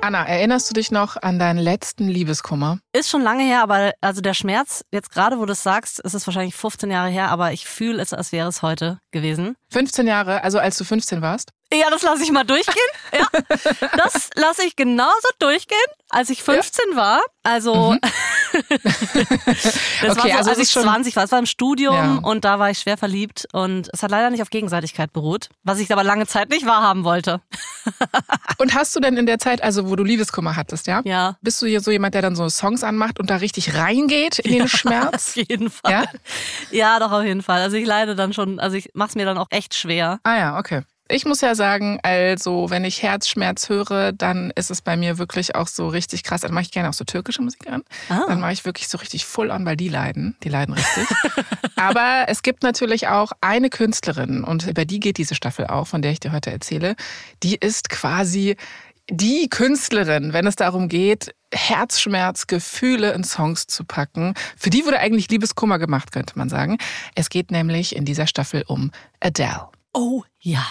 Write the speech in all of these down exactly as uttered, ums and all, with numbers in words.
Anna, erinnerst du dich noch an deinen letzten Liebeskummer? Ist schon lange her, aber also der Schmerz, jetzt gerade wo du es sagst, ist es wahrscheinlich fünfzehn Jahre her, aber ich fühle es, als wäre es heute gewesen. fünfzehn Jahre, also als du fünfzehn warst? Ja, das lasse ich mal durchgehen. Ja, das lasse ich genauso durchgehen, als ich fünfzehn ja. war. Also, mhm. das okay, war so, also als ich schon... zwanzig war. Es war im Studium ja. und da war ich schwer verliebt und es hat leider nicht auf Gegenseitigkeit beruht, was ich aber lange Zeit nicht wahrhaben wollte. Und hast du denn in der Zeit, also wo du Liebeskummer hattest, ja? Ja. Bist du hier so jemand, der dann so Songs anmacht und da richtig reingeht in den ja, Schmerz? Auf jeden Fall. Ja? ja, doch auf jeden Fall. Also ich leide dann schon, also ich mach's mir dann auch echt schwer. Ah ja, okay. Ich muss ja sagen, also wenn ich Herzschmerz höre, dann ist es bei mir wirklich auch so richtig krass. Dann mache ich gerne auch so türkische Musik an. Ah. Dann mache ich wirklich so richtig full on, weil die leiden. Die leiden richtig. Aber es gibt natürlich auch eine Künstlerin und über die geht diese Staffel auch, von der ich dir heute erzähle. Die ist quasi die Künstlerin, wenn es darum geht, Herzschmerz, Gefühle in Songs zu packen. Für die wurde eigentlich Liebeskummer gemacht, könnte man sagen. Es geht nämlich in dieser Staffel um Adele. Oh ja.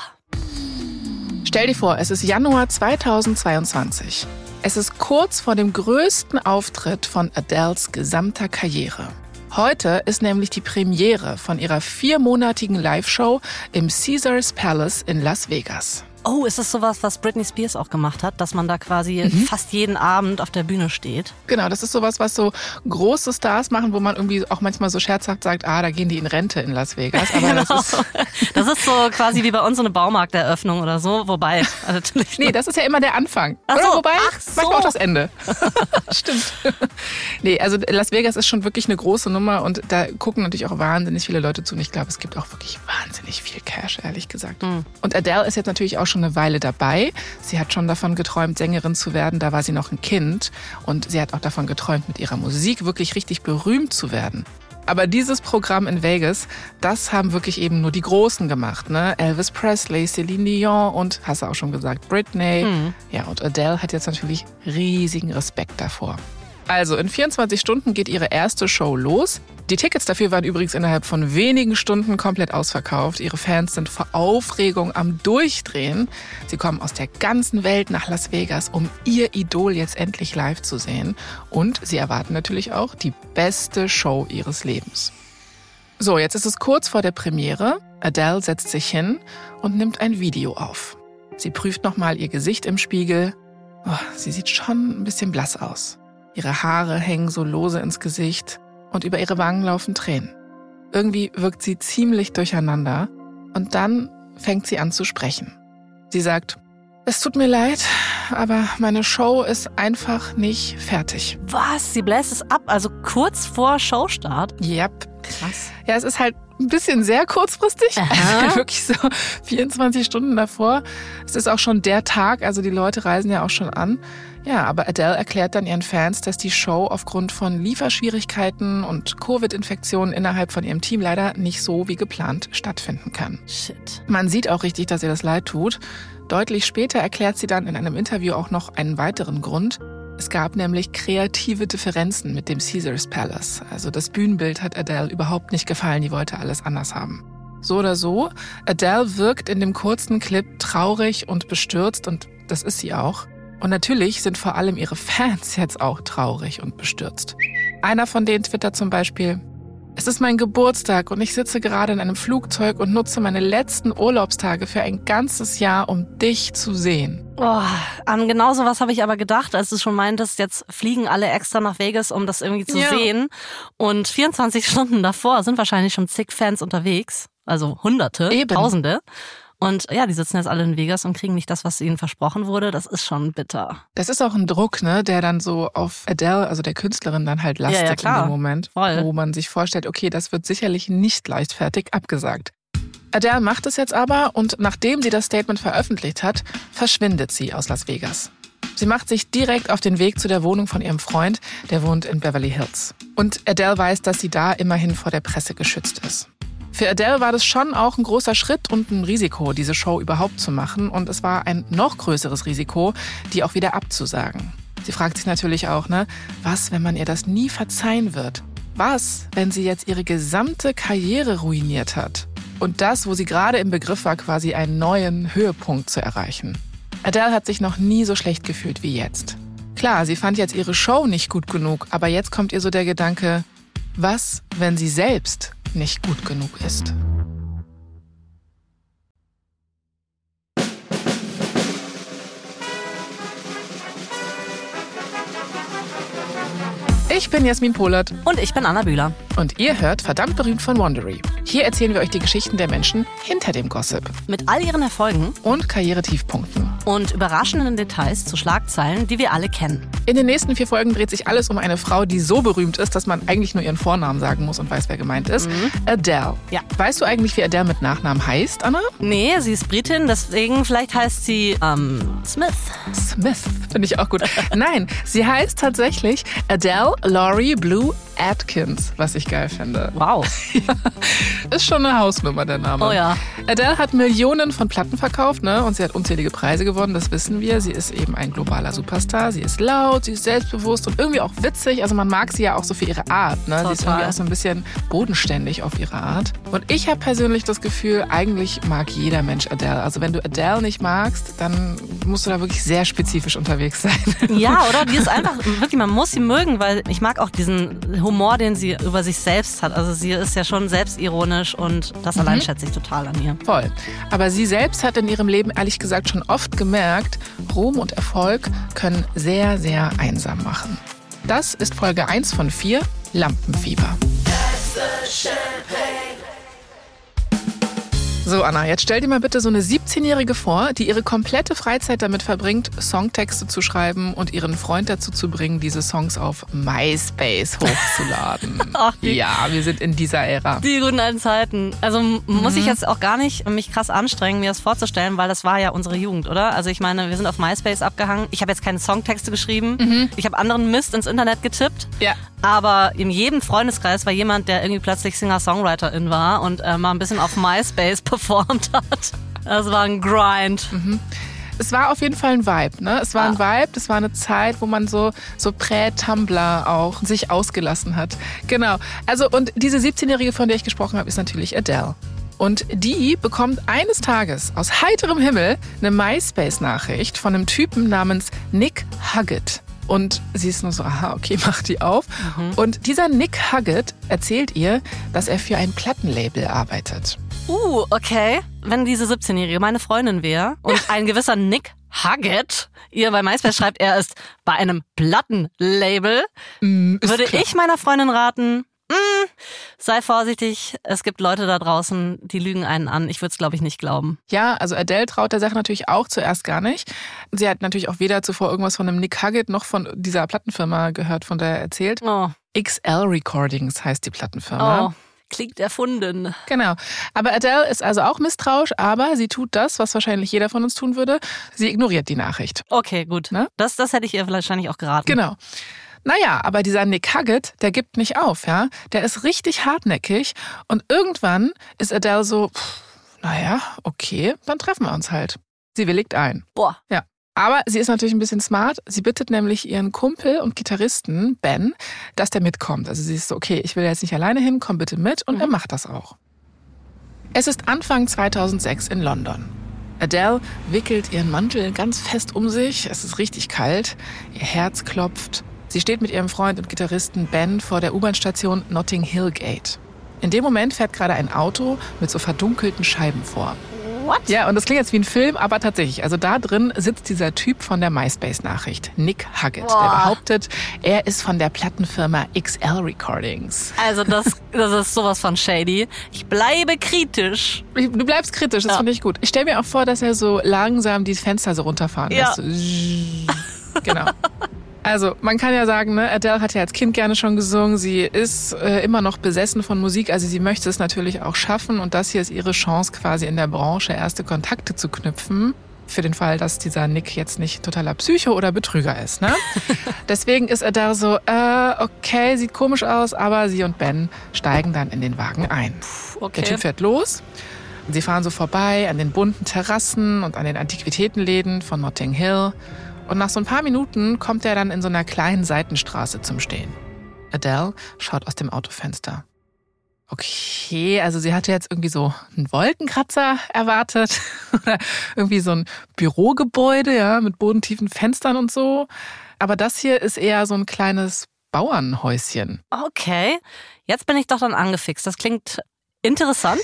Stell dir vor, es ist Januar zweitausendzweiundzwanzig. Es ist kurz vor dem größten Auftritt von Adeles gesamter Karriere. Heute ist nämlich die Premiere von ihrer viermonatigen Live-Show im Caesars Palace in Las Vegas. Oh, ist das sowas, was Britney Spears auch gemacht hat, dass man da quasi mhm. fast jeden Abend auf der Bühne steht? Genau, das ist sowas, was so große Stars machen, wo man irgendwie auch manchmal so scherzhaft sagt, ah, da gehen die in Rente in Las Vegas. Aber genau. das ist das ist so quasi wie bei uns so eine Baumarkteröffnung oder so, wobei also natürlich nee, das ist ja immer der Anfang. Ach so, oder wobei ach so. manchmal auch das Ende. Stimmt. Nee, also Las Vegas ist schon wirklich eine große Nummer und da gucken natürlich auch wahnsinnig viele Leute zu und ich glaube, es gibt auch wirklich wahnsinnig viel Cash, ehrlich gesagt. Mhm. Und Adele ist jetzt natürlich auch schon eine Weile dabei. Sie hat schon davon geträumt, Sängerin zu werden. Da war sie noch ein Kind. Und sie hat auch davon geträumt, mit ihrer Musik wirklich richtig berühmt zu werden. Aber dieses Programm in Vegas, das haben wirklich eben nur die Großen gemacht. Ne? Elvis Presley, Celine Dion und, hast du auch schon gesagt, Britney. Mhm. Ja, und Adele hat jetzt natürlich riesigen Respekt davor. Also in vierundzwanzig Stunden geht ihre erste Show los. Die Tickets dafür waren übrigens innerhalb von wenigen Stunden komplett ausverkauft. Ihre Fans sind vor Aufregung am Durchdrehen. Sie kommen aus der ganzen Welt nach Las Vegas, um ihr Idol jetzt endlich live zu sehen. Und sie erwarten natürlich auch die beste Show ihres Lebens. So, jetzt ist es kurz vor der Premiere. Adele setzt sich hin und nimmt ein Video auf. Sie prüft nochmal ihr Gesicht im Spiegel. Oh, sie sieht schon ein bisschen blass aus. Ihre Haare hängen so lose ins Gesicht und über ihre Wangen laufen Tränen. Irgendwie wirkt sie ziemlich durcheinander und dann fängt sie an zu sprechen. Sie sagt, es tut mir leid, aber meine Show ist einfach nicht fertig. Was? Sie bläst es ab, also kurz vor Showstart? Yep. Krass. Ja, es ist halt ein bisschen sehr kurzfristig. Also wirklich so vierundzwanzig Stunden davor. Es ist auch schon der Tag, also die Leute reisen ja auch schon an. Ja, aber Adele erklärt dann ihren Fans, dass die Show aufgrund von Lieferschwierigkeiten und Covid-Infektionen innerhalb von ihrem Team leider nicht so wie geplant stattfinden kann. Shit. Man sieht auch richtig, dass ihr das leid tut. Deutlich später erklärt sie dann in einem Interview auch noch einen weiteren Grund. Es gab nämlich kreative Differenzen mit dem Caesars Palace. Also das Bühnenbild hat Adele überhaupt nicht gefallen, die wollte alles anders haben. So oder so, Adele wirkt in dem kurzen Clip traurig und bestürzt und das ist sie auch. Und natürlich sind vor allem ihre Fans jetzt auch traurig und bestürzt. Einer von denen twittert zum Beispiel, es ist mein Geburtstag und ich sitze gerade in einem Flugzeug und nutze meine letzten Urlaubstage für ein ganzes Jahr, um dich zu sehen. Oh, an genau sowas habe ich aber gedacht, als du schon meintest, jetzt fliegen alle extra nach Vegas, um das irgendwie zu ja. sehen. Und vierundzwanzig Stunden davor sind wahrscheinlich schon zig Fans unterwegs, also Hunderte, Eben. Tausende. Und ja, die sitzen jetzt alle in Vegas und kriegen nicht das, was ihnen versprochen wurde. Das ist schon bitter. Das ist auch ein Druck, ne, der dann so auf Adele, also der Künstlerin, dann halt lastet ja, ja, klar. in dem Moment, Voll. wo man sich vorstellt, okay, das wird sicherlich nicht leichtfertig abgesagt. Adele macht es jetzt aber und nachdem sie das Statement veröffentlicht hat, verschwindet sie aus Las Vegas. Sie macht sich direkt auf den Weg zu der Wohnung von ihrem Freund, der wohnt in Beverly Hills. Und Adele weiß, dass sie da immerhin vor der Presse geschützt ist. Für Adele war das schon auch ein großer Schritt und ein Risiko, diese Show überhaupt zu machen. Und es war ein noch größeres Risiko, die auch wieder abzusagen. Sie fragt sich natürlich auch, ne, was, wenn man ihr das nie verzeihen wird? Was, wenn sie jetzt ihre gesamte Karriere ruiniert hat? Und das, wo sie gerade im Begriff war, quasi einen neuen Höhepunkt zu erreichen. Adele hat sich noch nie so schlecht gefühlt wie jetzt. Klar, sie fand jetzt ihre Show nicht gut genug, aber jetzt kommt ihr so der Gedanke, was, wenn sie selbst nicht gut genug ist? Ich bin Jasmin Pohlert. Und ich bin Anna Bühler. Und ihr hört Verdammt berühmt von Wondery. Hier erzählen wir euch die Geschichten der Menschen hinter dem Gossip. Mit all ihren Erfolgen und Karrieretiefpunkten. Und überraschenden Details zu Schlagzeilen, die wir alle kennen. In den nächsten vier Folgen dreht sich alles um eine Frau, die so berühmt ist, dass man eigentlich nur ihren Vornamen sagen muss und weiß, wer gemeint ist. Mhm. Adele. Ja. Weißt du eigentlich, wie Adele mit Nachnamen heißt, Anna? Nee, sie ist Britin, deswegen vielleicht heißt sie ähm, Smith. Smith, finde ich auch gut. Nein, sie heißt tatsächlich Adele Laurie Blue Atkins, was ich geil finde. Wow. Ja, ist schon eine Hausnummer, der Name. Oh ja. Adele hat Millionen von Platten verkauft, ne? Und sie hat unzählige Preise gewonnen, das wissen wir. Sie ist eben ein globaler Superstar. Sie ist laut, sie ist selbstbewusst und irgendwie auch witzig. Also man mag sie ja auch so für ihre Art, ne? Sie ist irgendwie auch so ein bisschen bodenständig auf ihre Art. Und ich habe persönlich das Gefühl, eigentlich mag jeder Mensch Adele. Also wenn du Adele nicht magst, dann musst du da wirklich sehr spezifisch unterwegs sein. Ja, oder? Die ist einfach, wirklich, man muss sie mögen, weil ich mag auch diesen Humor, den sie über sich selbst hat. Also sie ist ja schon selbstironisch und das allein mhm. schätze ich total an ihr. Voll. Aber sie selbst hat in ihrem Leben ehrlich gesagt schon oft gemerkt, Ruhm und Erfolg können sehr, sehr einsam machen. Das ist Folge eins von vier, Lampenfieber. So, Anna, jetzt stell dir mal bitte so eine siebzehnjährige vor, die ihre komplette Freizeit damit verbringt, Songtexte zu schreiben und ihren Freund dazu zu bringen, diese Songs auf MySpace hochzuladen. Ach, die, ja, wir sind in dieser Ära. Die guten alten Zeiten. Also mhm. muss ich jetzt auch gar nicht mich krass anstrengen, mir das vorzustellen, weil das war ja unsere Jugend, oder? Also ich meine, wir sind auf MySpace abgehangen. Ich habe jetzt keine Songtexte geschrieben. Mhm. Ich habe anderen Mist ins Internet getippt. Ja. Aber in jedem Freundeskreis war jemand, der irgendwie plötzlich Singer-Songwriterin war und äh, mal ein bisschen auf MySpace performt hat. Das war ein Grind. Mhm. Es war auf jeden Fall ein Vibe, ne? Es war ein Vibe, das war eine Zeit, wo man so, so prä-Tumblr auch sich ausgelassen hat. Genau. Also, und diese siebzehnjährige, von der ich gesprochen habe, ist natürlich Adele. Und die bekommt eines Tages aus heiterem Himmel eine MySpace-Nachricht von einem Typen namens Nick Huggett. Und sie ist nur so, aha, okay, mach die auf. Mhm. Und dieser Nick Huggett erzählt ihr, dass er für ein Plattenlabel arbeitet. Uh, okay. Wenn diese siebzehnjährige meine Freundin wäre und ein gewisser Nick Huggett ihr bei MySpace schreibt, er ist bei einem Plattenlabel, mm, würde klar. ich meiner Freundin raten, mm, sei vorsichtig, es gibt Leute da draußen, die lügen einen an. Ich würde es, glaube ich, nicht glauben. Ja, also Adele traut der Sache natürlich auch zuerst gar nicht. Sie hat natürlich auch weder zuvor irgendwas von einem Nick Huggett noch von dieser Plattenfirma gehört, von der er erzählt. Oh. X L Recordings heißt die Plattenfirma. Oh. Klingt erfunden. Genau. Aber Adele ist also auch misstrauisch, aber sie tut das, was wahrscheinlich jeder von uns tun würde. Sie ignoriert die Nachricht. Okay, gut. Ne? Das, das hätte ich ihr wahrscheinlich auch geraten. Genau. Naja, aber dieser Nick Huggett, der gibt nicht auf, ja. Der ist richtig hartnäckig und irgendwann ist Adele so, pff, naja, okay, dann treffen wir uns halt. Sie willigt ein. Boah. Ja. Aber sie ist natürlich ein bisschen smart. Sie bittet nämlich ihren Kumpel und Gitarristen Ben, dass der mitkommt. Also sie ist so, okay, ich will jetzt nicht alleine hin, komm bitte mit. Und mhm. er macht das auch. Es ist Anfang zweitausendsechs in London. Adele wickelt ihren Mantel ganz fest um sich. Es ist richtig kalt. Ihr Herz klopft. Sie steht mit ihrem Freund und Gitarristen Ben vor der U-Bahn-Station Notting Hill Gate. In dem Moment fährt gerade ein Auto mit so verdunkelten Scheiben vor. What? Ja, und das klingt jetzt wie ein Film, aber tatsächlich. Also da drin sitzt dieser Typ von der MySpace-Nachricht, Nick Huggett. Boah. Der behauptet, er ist von der Plattenfirma X L Recordings. Also das, das ist sowas von shady. Ich bleibe kritisch. Du bleibst kritisch, das ja. finde ich gut. Ich stelle mir auch vor, dass er so langsam die Fenster so runterfahren lässt. Ja. So, genau. Also, man kann ja sagen, ne, Adele hat ja als Kind gerne schon gesungen. Sie ist äh, immer noch besessen von Musik. Also sie möchte es natürlich auch schaffen. Und das hier ist ihre Chance, quasi in der Branche erste Kontakte zu knüpfen. Für den Fall, dass dieser Nick jetzt nicht totaler Psycho oder Betrüger ist. Ne? Deswegen ist Adele so, äh, okay, sieht komisch aus. Aber sie und Ben steigen dann in den Wagen ein. Okay. Der Typ fährt los. Sie fahren so vorbei an den bunten Terrassen und an den Antiquitätenläden von Notting Hill. Und nach so ein paar Minuten kommt er dann in so einer kleinen Seitenstraße zum Stehen. Adele schaut aus dem Autofenster. okay, also sie hatte jetzt irgendwie so einen Wolkenkratzer erwartet oder irgendwie so ein Bürogebäude, ja, mit bodentiefen Fenstern und so. Aber das hier ist eher so ein kleines Bauernhäuschen. Okay, jetzt bin ich doch dann angefixt. Das klingt interessant.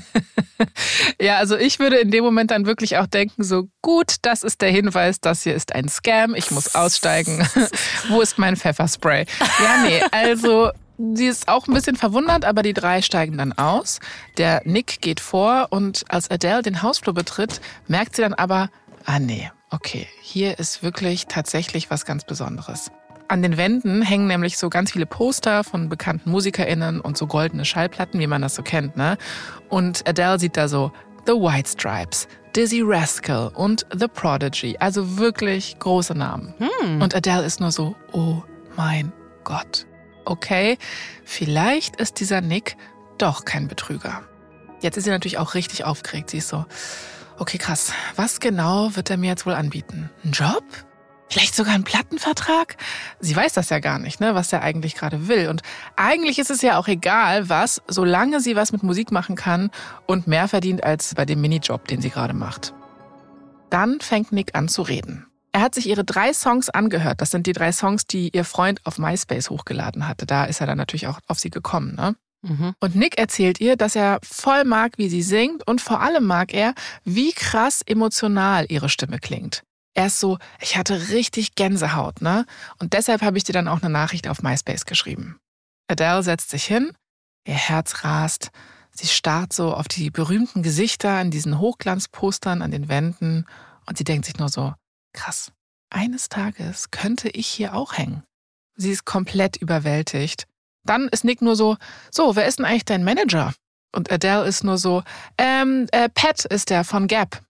Ja, also ich würde in dem Moment dann wirklich auch denken, so gut, das ist der Hinweis, das hier ist ein Scam, ich muss aussteigen. Wo ist mein Pfefferspray? Ja, nee, also sie ist auch ein bisschen verwundert, aber die drei steigen dann aus. Der Nick geht vor und als Adele den Hausflur betritt, merkt sie dann aber, ah nee, okay, hier ist wirklich tatsächlich was ganz Besonderes. An den Wänden hängen nämlich so ganz viele Poster von bekannten MusikerInnen und so goldene Schallplatten, wie man das so kennt, ne? Und Adele sieht da so The White Stripes, Dizzy Rascal und The Prodigy. Also wirklich große Namen. Hm. Und Adele ist nur so, oh mein Gott. Okay, vielleicht ist dieser Nick doch kein Betrüger. Jetzt ist sie natürlich auch richtig aufgeregt. Sie ist so, okay, krass, was genau wird er mir jetzt wohl anbieten? Ein Job? Vielleicht sogar einen Plattenvertrag? Sie weiß das ja gar nicht, ne, was er eigentlich gerade will. Und eigentlich ist es ja auch egal, was, solange sie was mit Musik machen kann und mehr verdient als bei dem Minijob, den sie gerade macht. Dann fängt Nick an zu reden. Er hat sich ihre drei Songs angehört. Das sind die drei Songs, die ihr Freund auf MySpace hochgeladen hatte. Da ist er dann natürlich auch auf sie gekommen, ne? Mhm. Und Nick erzählt ihr, dass er voll mag, wie sie singt und vor allem mag er, wie krass emotional ihre Stimme klingt. Er ist so, ich hatte richtig Gänsehaut, ne? Und deshalb habe ich dir dann auch eine Nachricht auf MySpace geschrieben. Adele setzt sich hin, ihr Herz rast, sie starrt so auf die berühmten Gesichter an diesen Hochglanzpostern an den Wänden und sie denkt sich nur so, krass, eines Tages könnte ich hier auch hängen. Sie ist komplett überwältigt. Dann ist Nick nur so, so, wer ist denn eigentlich dein Manager? Und Adele ist nur so, ähm, äh, Pat ist der von Gap.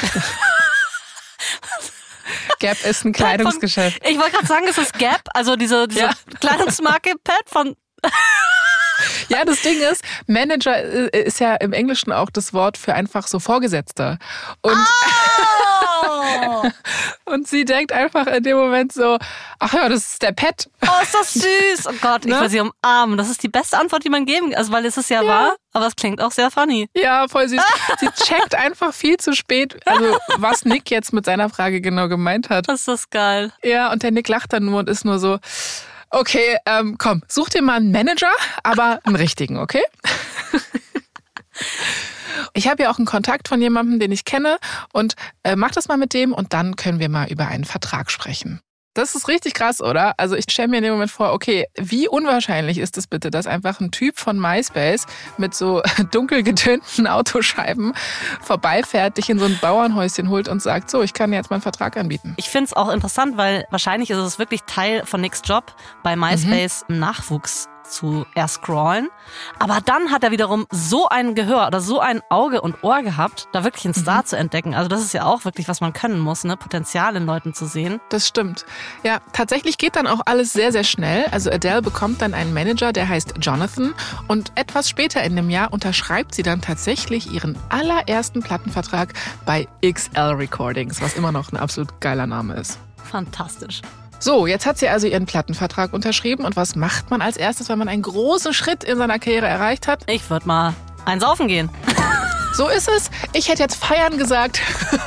Gap ist ein Kleidungsgeschäft. Von, ich wollte gerade sagen, es ist Gap, also diese, diese ja. Kleidungsmarke Pat von... Ja, das Ding ist, Manager ist ja im Englischen auch das Wort für einfach so Vorgesetzter. Und, oh. Und sie denkt einfach in dem Moment so, ach ja, das ist der Pat. Oh, ist das süß. Oh Gott, ich ne? will sie umarmen. Das ist die beste Antwort, die man geben kann. Also, weil es ist ja, ja wahr, aber es klingt auch sehr funny. Ja, voll süß. Sie checkt einfach viel zu spät, also was Nick jetzt mit seiner Frage genau gemeint hat. Das ist das geil. Ja, und der Nick lacht dann nur und ist nur so, okay, ähm, komm, such dir mal einen Manager, aber einen richtigen, okay? Ich habe ja auch einen Kontakt von jemandem, den ich kenne und äh, mach das mal mit dem und dann können wir mal über einen Vertrag sprechen. Das ist richtig krass, oder? Also ich stelle mir in dem Moment vor, okay, wie unwahrscheinlich ist es bitte, dass einfach ein Typ von MySpace mit so dunkel getönten Autoscheiben vorbeifährt, dich in so ein Bauernhäuschen holt und sagt, so, ich kann dir jetzt mal einen Vertrag anbieten. Ich finde es auch interessant, weil wahrscheinlich ist es wirklich Teil von Nicks Job, bei MySpace mhm. Nachwuchs zu erscrollen. Aber dann hat er wiederum so ein Gehör oder so ein Auge und Ohr gehabt, da wirklich einen Star mhm. zu entdecken. Also das ist ja auch wirklich, was man können muss, ne? Potenzial in Leuten zu sehen. Das stimmt. Ja, tatsächlich geht dann auch alles sehr, sehr schnell. Also Adele bekommt dann einen Manager, der heißt Jonathan. Und etwas später in dem Jahr unterschreibt sie dann tatsächlich ihren allerersten Plattenvertrag bei X L Recordings, was immer noch ein absolut geiler Name ist. Fantastisch. So, jetzt hat sie also ihren Plattenvertrag unterschrieben. Und was macht man als erstes, wenn man einen großen Schritt in seiner Karriere erreicht hat? Ich würde mal ein Saufen gehen. So ist es. Ich hätte jetzt feiern gesagt.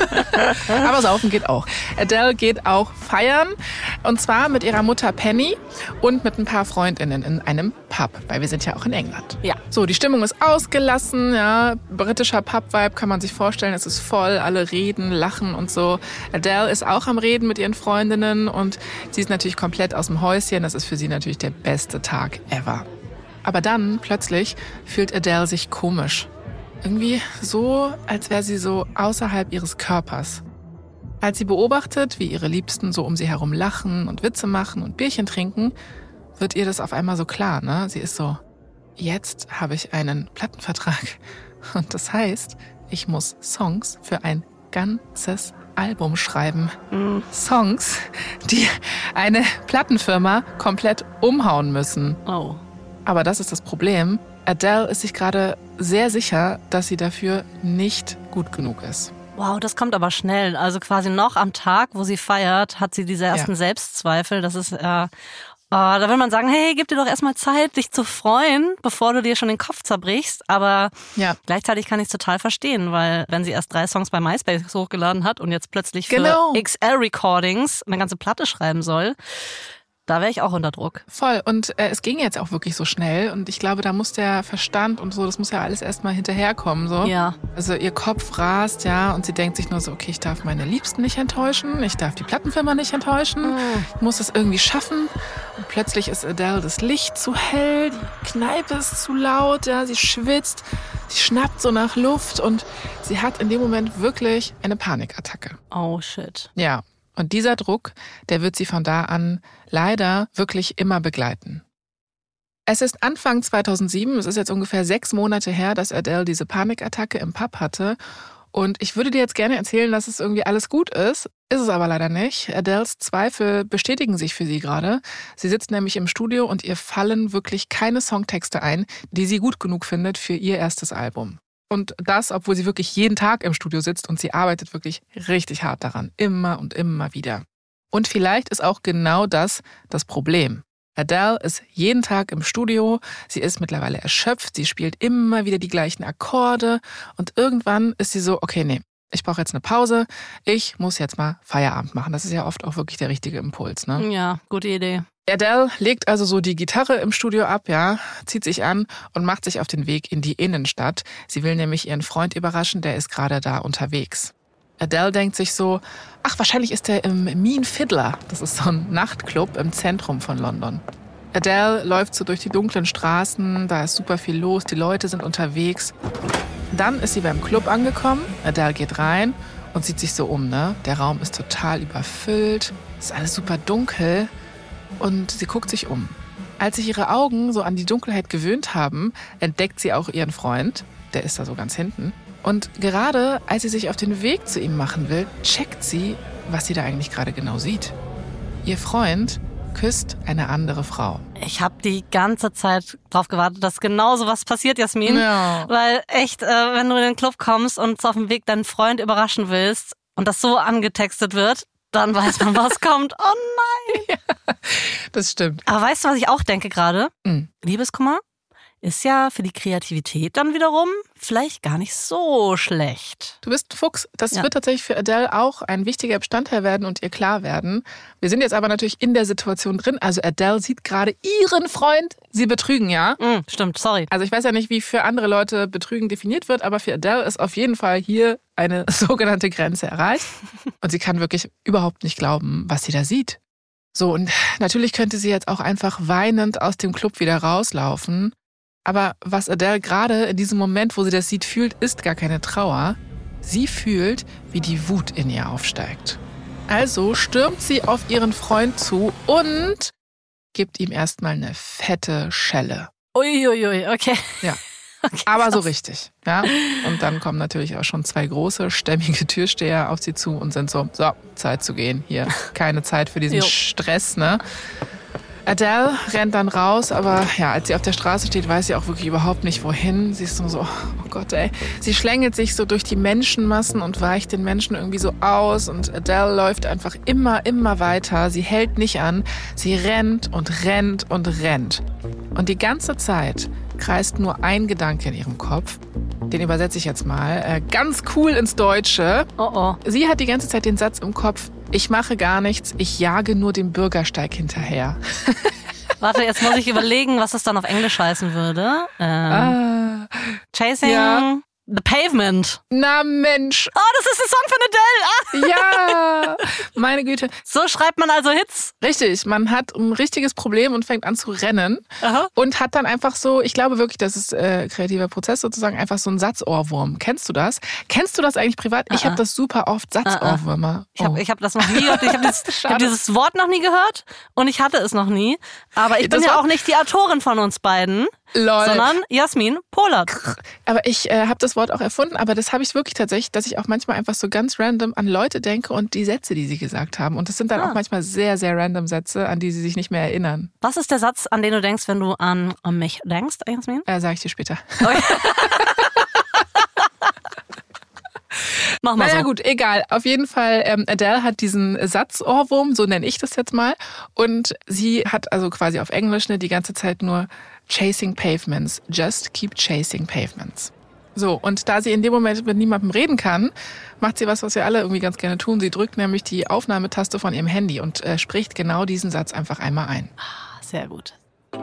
Aber saufen geht auch. Adele geht auch feiern. Und zwar mit ihrer Mutter Penny und mit ein paar Freundinnen in einem Pub. Weil wir sind ja auch in England. Ja. So, die Stimmung ist ausgelassen. Ja, britischer Pub-Vibe kann man sich vorstellen. Es ist voll. Alle reden, lachen und so. Adele ist auch am Reden mit ihren Freundinnen. Und sie ist natürlich komplett aus dem Häuschen. Das ist für sie natürlich der beste Tag ever. Aber dann, plötzlich, fühlt Adele sich komisch. Irgendwie so, als wäre sie so außerhalb ihres Körpers. Als sie beobachtet, wie ihre Liebsten so um sie herum lachen und Witze machen und Bierchen trinken, wird ihr das auf einmal so klar, ne? Sie ist so, jetzt habe ich einen Plattenvertrag. Und das heißt, ich muss Songs für ein ganzes Album schreiben. Mhm. Songs, die eine Plattenfirma komplett umhauen müssen. Oh. Aber das ist das Problem. Adele ist sich gerade sehr sicher, dass sie dafür nicht gut genug ist. Wow, das kommt aber schnell. Also quasi noch am Tag, wo sie feiert, hat sie diese ersten ja. Selbstzweifel. Das ist äh, Oh, da will man sagen, hey, gib dir doch erstmal Zeit, dich zu freuen, bevor du dir schon den Kopf zerbrichst. Aber ja. gleichzeitig kann ich es total verstehen, weil wenn sie erst drei Songs bei MySpace hochgeladen hat und jetzt plötzlich für genau. X L-Recordings eine ganze Platte schreiben soll, da wäre ich auch unter Druck. Voll. Und äh, es ging jetzt auch wirklich so schnell. Und ich glaube, da muss der Verstand und so, das muss ja alles erstmal hinterherkommen. So. Ja. Also ihr Kopf rast, ja, und sie denkt sich nur so, okay, ich darf meine Liebsten nicht enttäuschen, ich darf die Plattenfirma nicht enttäuschen, Mhm. ich muss es irgendwie schaffen. Und plötzlich ist Adele das Licht zu hell, die Kneipe ist zu laut, ja, sie schwitzt, sie schnappt so nach Luft und sie hat in dem Moment wirklich eine Panikattacke. Oh, shit. Ja. Und dieser Druck, der wird sie von da an leider wirklich immer begleiten. Es ist Anfang zweitausendsieben, es ist jetzt ungefähr sechs Monate her, dass Adele diese Panikattacke im Pub hatte. Und ich würde dir jetzt gerne erzählen, dass es irgendwie alles gut ist. Ist es aber leider nicht. Adeles Zweifel bestätigen sich für sie gerade. Sie sitzt nämlich im Studio und ihr fallen wirklich keine Songtexte ein, die sie gut genug findet für ihr erstes Album. Und das, obwohl sie wirklich jeden Tag im Studio sitzt und sie arbeitet wirklich richtig hart daran. Immer und immer wieder. Und vielleicht ist auch genau das das Problem. Adele ist jeden Tag im Studio, sie ist mittlerweile erschöpft, sie spielt immer wieder die gleichen Akkorde und irgendwann ist sie so, okay, nee, ich brauche jetzt eine Pause, ich muss jetzt mal Feierabend machen. Das ist ja oft auch wirklich der richtige Impuls, ne? Ja, gute Idee. Adele legt also so die Gitarre im Studio ab, ja, zieht sich an und macht sich auf den Weg in die Innenstadt. Sie will nämlich ihren Freund überraschen, der ist gerade da unterwegs. Adele denkt sich so, ach, wahrscheinlich ist er im Mean Fiddler. Das ist so ein Nachtclub im Zentrum von London. Adele läuft so durch die dunklen Straßen, da ist super viel los, die Leute sind unterwegs. Dann ist sie beim Club angekommen, Adele geht rein und sieht sich so um, ne? Der Raum ist total überfüllt, ist alles super dunkel. Und sie guckt sich um. Als sich ihre Augen so an die Dunkelheit gewöhnt haben, entdeckt sie auch ihren Freund. Der ist da so ganz hinten. Und gerade als sie sich auf den Weg zu ihm machen will, checkt sie, was sie da eigentlich gerade genau sieht. Ihr Freund küsst eine andere Frau. Ich habe die ganze Zeit drauf gewartet, dass genau so was passiert, Jasmin. Ja. Weil echt, äh, wenn du in den Club kommst und auf dem Weg deinen Freund überraschen willst und das so angetextet wird, dann weiß man, was kommt. Oh nein! Ja, das stimmt. Aber weißt du, was ich auch denke gerade? Mhm. Liebeskummer ist ja für die Kreativität dann wiederum vielleicht gar nicht so schlecht. Du bist ein Fuchs. Das Ja. wird tatsächlich für Adele auch ein wichtiger Bestandteil werden und ihr klar werden. Wir sind jetzt aber natürlich in der Situation drin. Also Adele sieht gerade ihren Freund sie betrügen, ja? Mm, stimmt, sorry. Also ich weiß ja nicht, wie für andere Leute Betrügen definiert wird, aber für Adele ist auf jeden Fall hier eine sogenannte Grenze erreicht. Und sie kann wirklich überhaupt nicht glauben, was sie da sieht. So, und natürlich könnte sie jetzt auch einfach weinend aus dem Club wieder rauslaufen. Aber was Adele gerade in diesem Moment, wo sie das sieht, fühlt, ist gar keine Trauer. Sie fühlt, wie die Wut in ihr aufsteigt. Also stürmt sie auf ihren Freund zu und gibt ihm erstmal eine fette Schelle. Uiuiui, okay. Ja. Okay, Aber krass. so richtig. Ja? Und dann kommen natürlich auch schon zwei große, stämmige Türsteher auf sie zu und sind so, so, Zeit zu gehen. Hier, keine Zeit für diesen Jo. Stress, ne? Adele rennt dann raus, aber ja, als sie auf der Straße steht, weiß sie auch wirklich überhaupt nicht, wohin. Sie ist nur so, oh Gott, ey. Sie schlängelt sich so durch die Menschenmassen und weicht den Menschen irgendwie so aus. Und Adele läuft einfach immer, immer weiter. Sie hält nicht an. Sie rennt und rennt und rennt. Und die ganze Zeit kreist nur ein Gedanke in ihrem Kopf. Den übersetze ich jetzt mal. Äh, ganz cool ins Deutsche. Oh oh. Sie hat die ganze Zeit den Satz im Kopf, ich mache gar nichts, ich jage nur dem Bürgersteig hinterher. Warte, jetzt muss ich überlegen, was es dann auf Englisch heißen würde. Ähm, Ah, Chasing ja. the Pavement. na Mensch, Oh, das ist ein Song von Adele. Ah. ja, meine Güte. So schreibt man also Hits. Richtig, man hat ein richtiges Problem und fängt an zu rennen Aha. und hat dann einfach so, ich glaube wirklich, das ist äh, kreativer Prozess sozusagen, einfach so ein Satzohrwurm. Kennst du das? Kennst du das eigentlich privat? Ich Ah, habe das super oft, Satzohrwürmer. Ich habe Oh. ich hab das noch nie gehört. Ich habe dieses, ich hab Schade. dieses Wort noch nie gehört und ich hatte es noch nie. Aber ich bin Das ja war- auch nicht die Autorin von uns beiden, Lol. sondern Jasmin Pohlert. Aber ich äh, habe das Wort auch erfunden, aber das habe ich wirklich tatsächlich, dass ich auch manchmal einfach so ganz random an Leute denke und die Sätze, die sie gesagt haben. Und das sind dann Ah. auch manchmal sehr, sehr random Sätze, an die sie sich nicht mehr erinnern. Was ist der Satz, an den du denkst, wenn du an, an mich denkst, Jasmin? Äh, sage ich dir später. Mach mal naja so. gut, egal. Auf jeden Fall, ähm, Adele hat diesen Satzohrwurm, so nenne ich das jetzt mal. Und sie hat also quasi auf Englisch ne, die ganze Zeit nur Chasing Pavements. Just keep chasing pavements. So, und da sie in dem Moment mit niemandem reden kann, macht sie was, was wir alle irgendwie ganz gerne tun. Sie drückt nämlich die Aufnahmetaste von ihrem Handy und äh, spricht genau diesen Satz einfach einmal ein. Ah, sehr gut.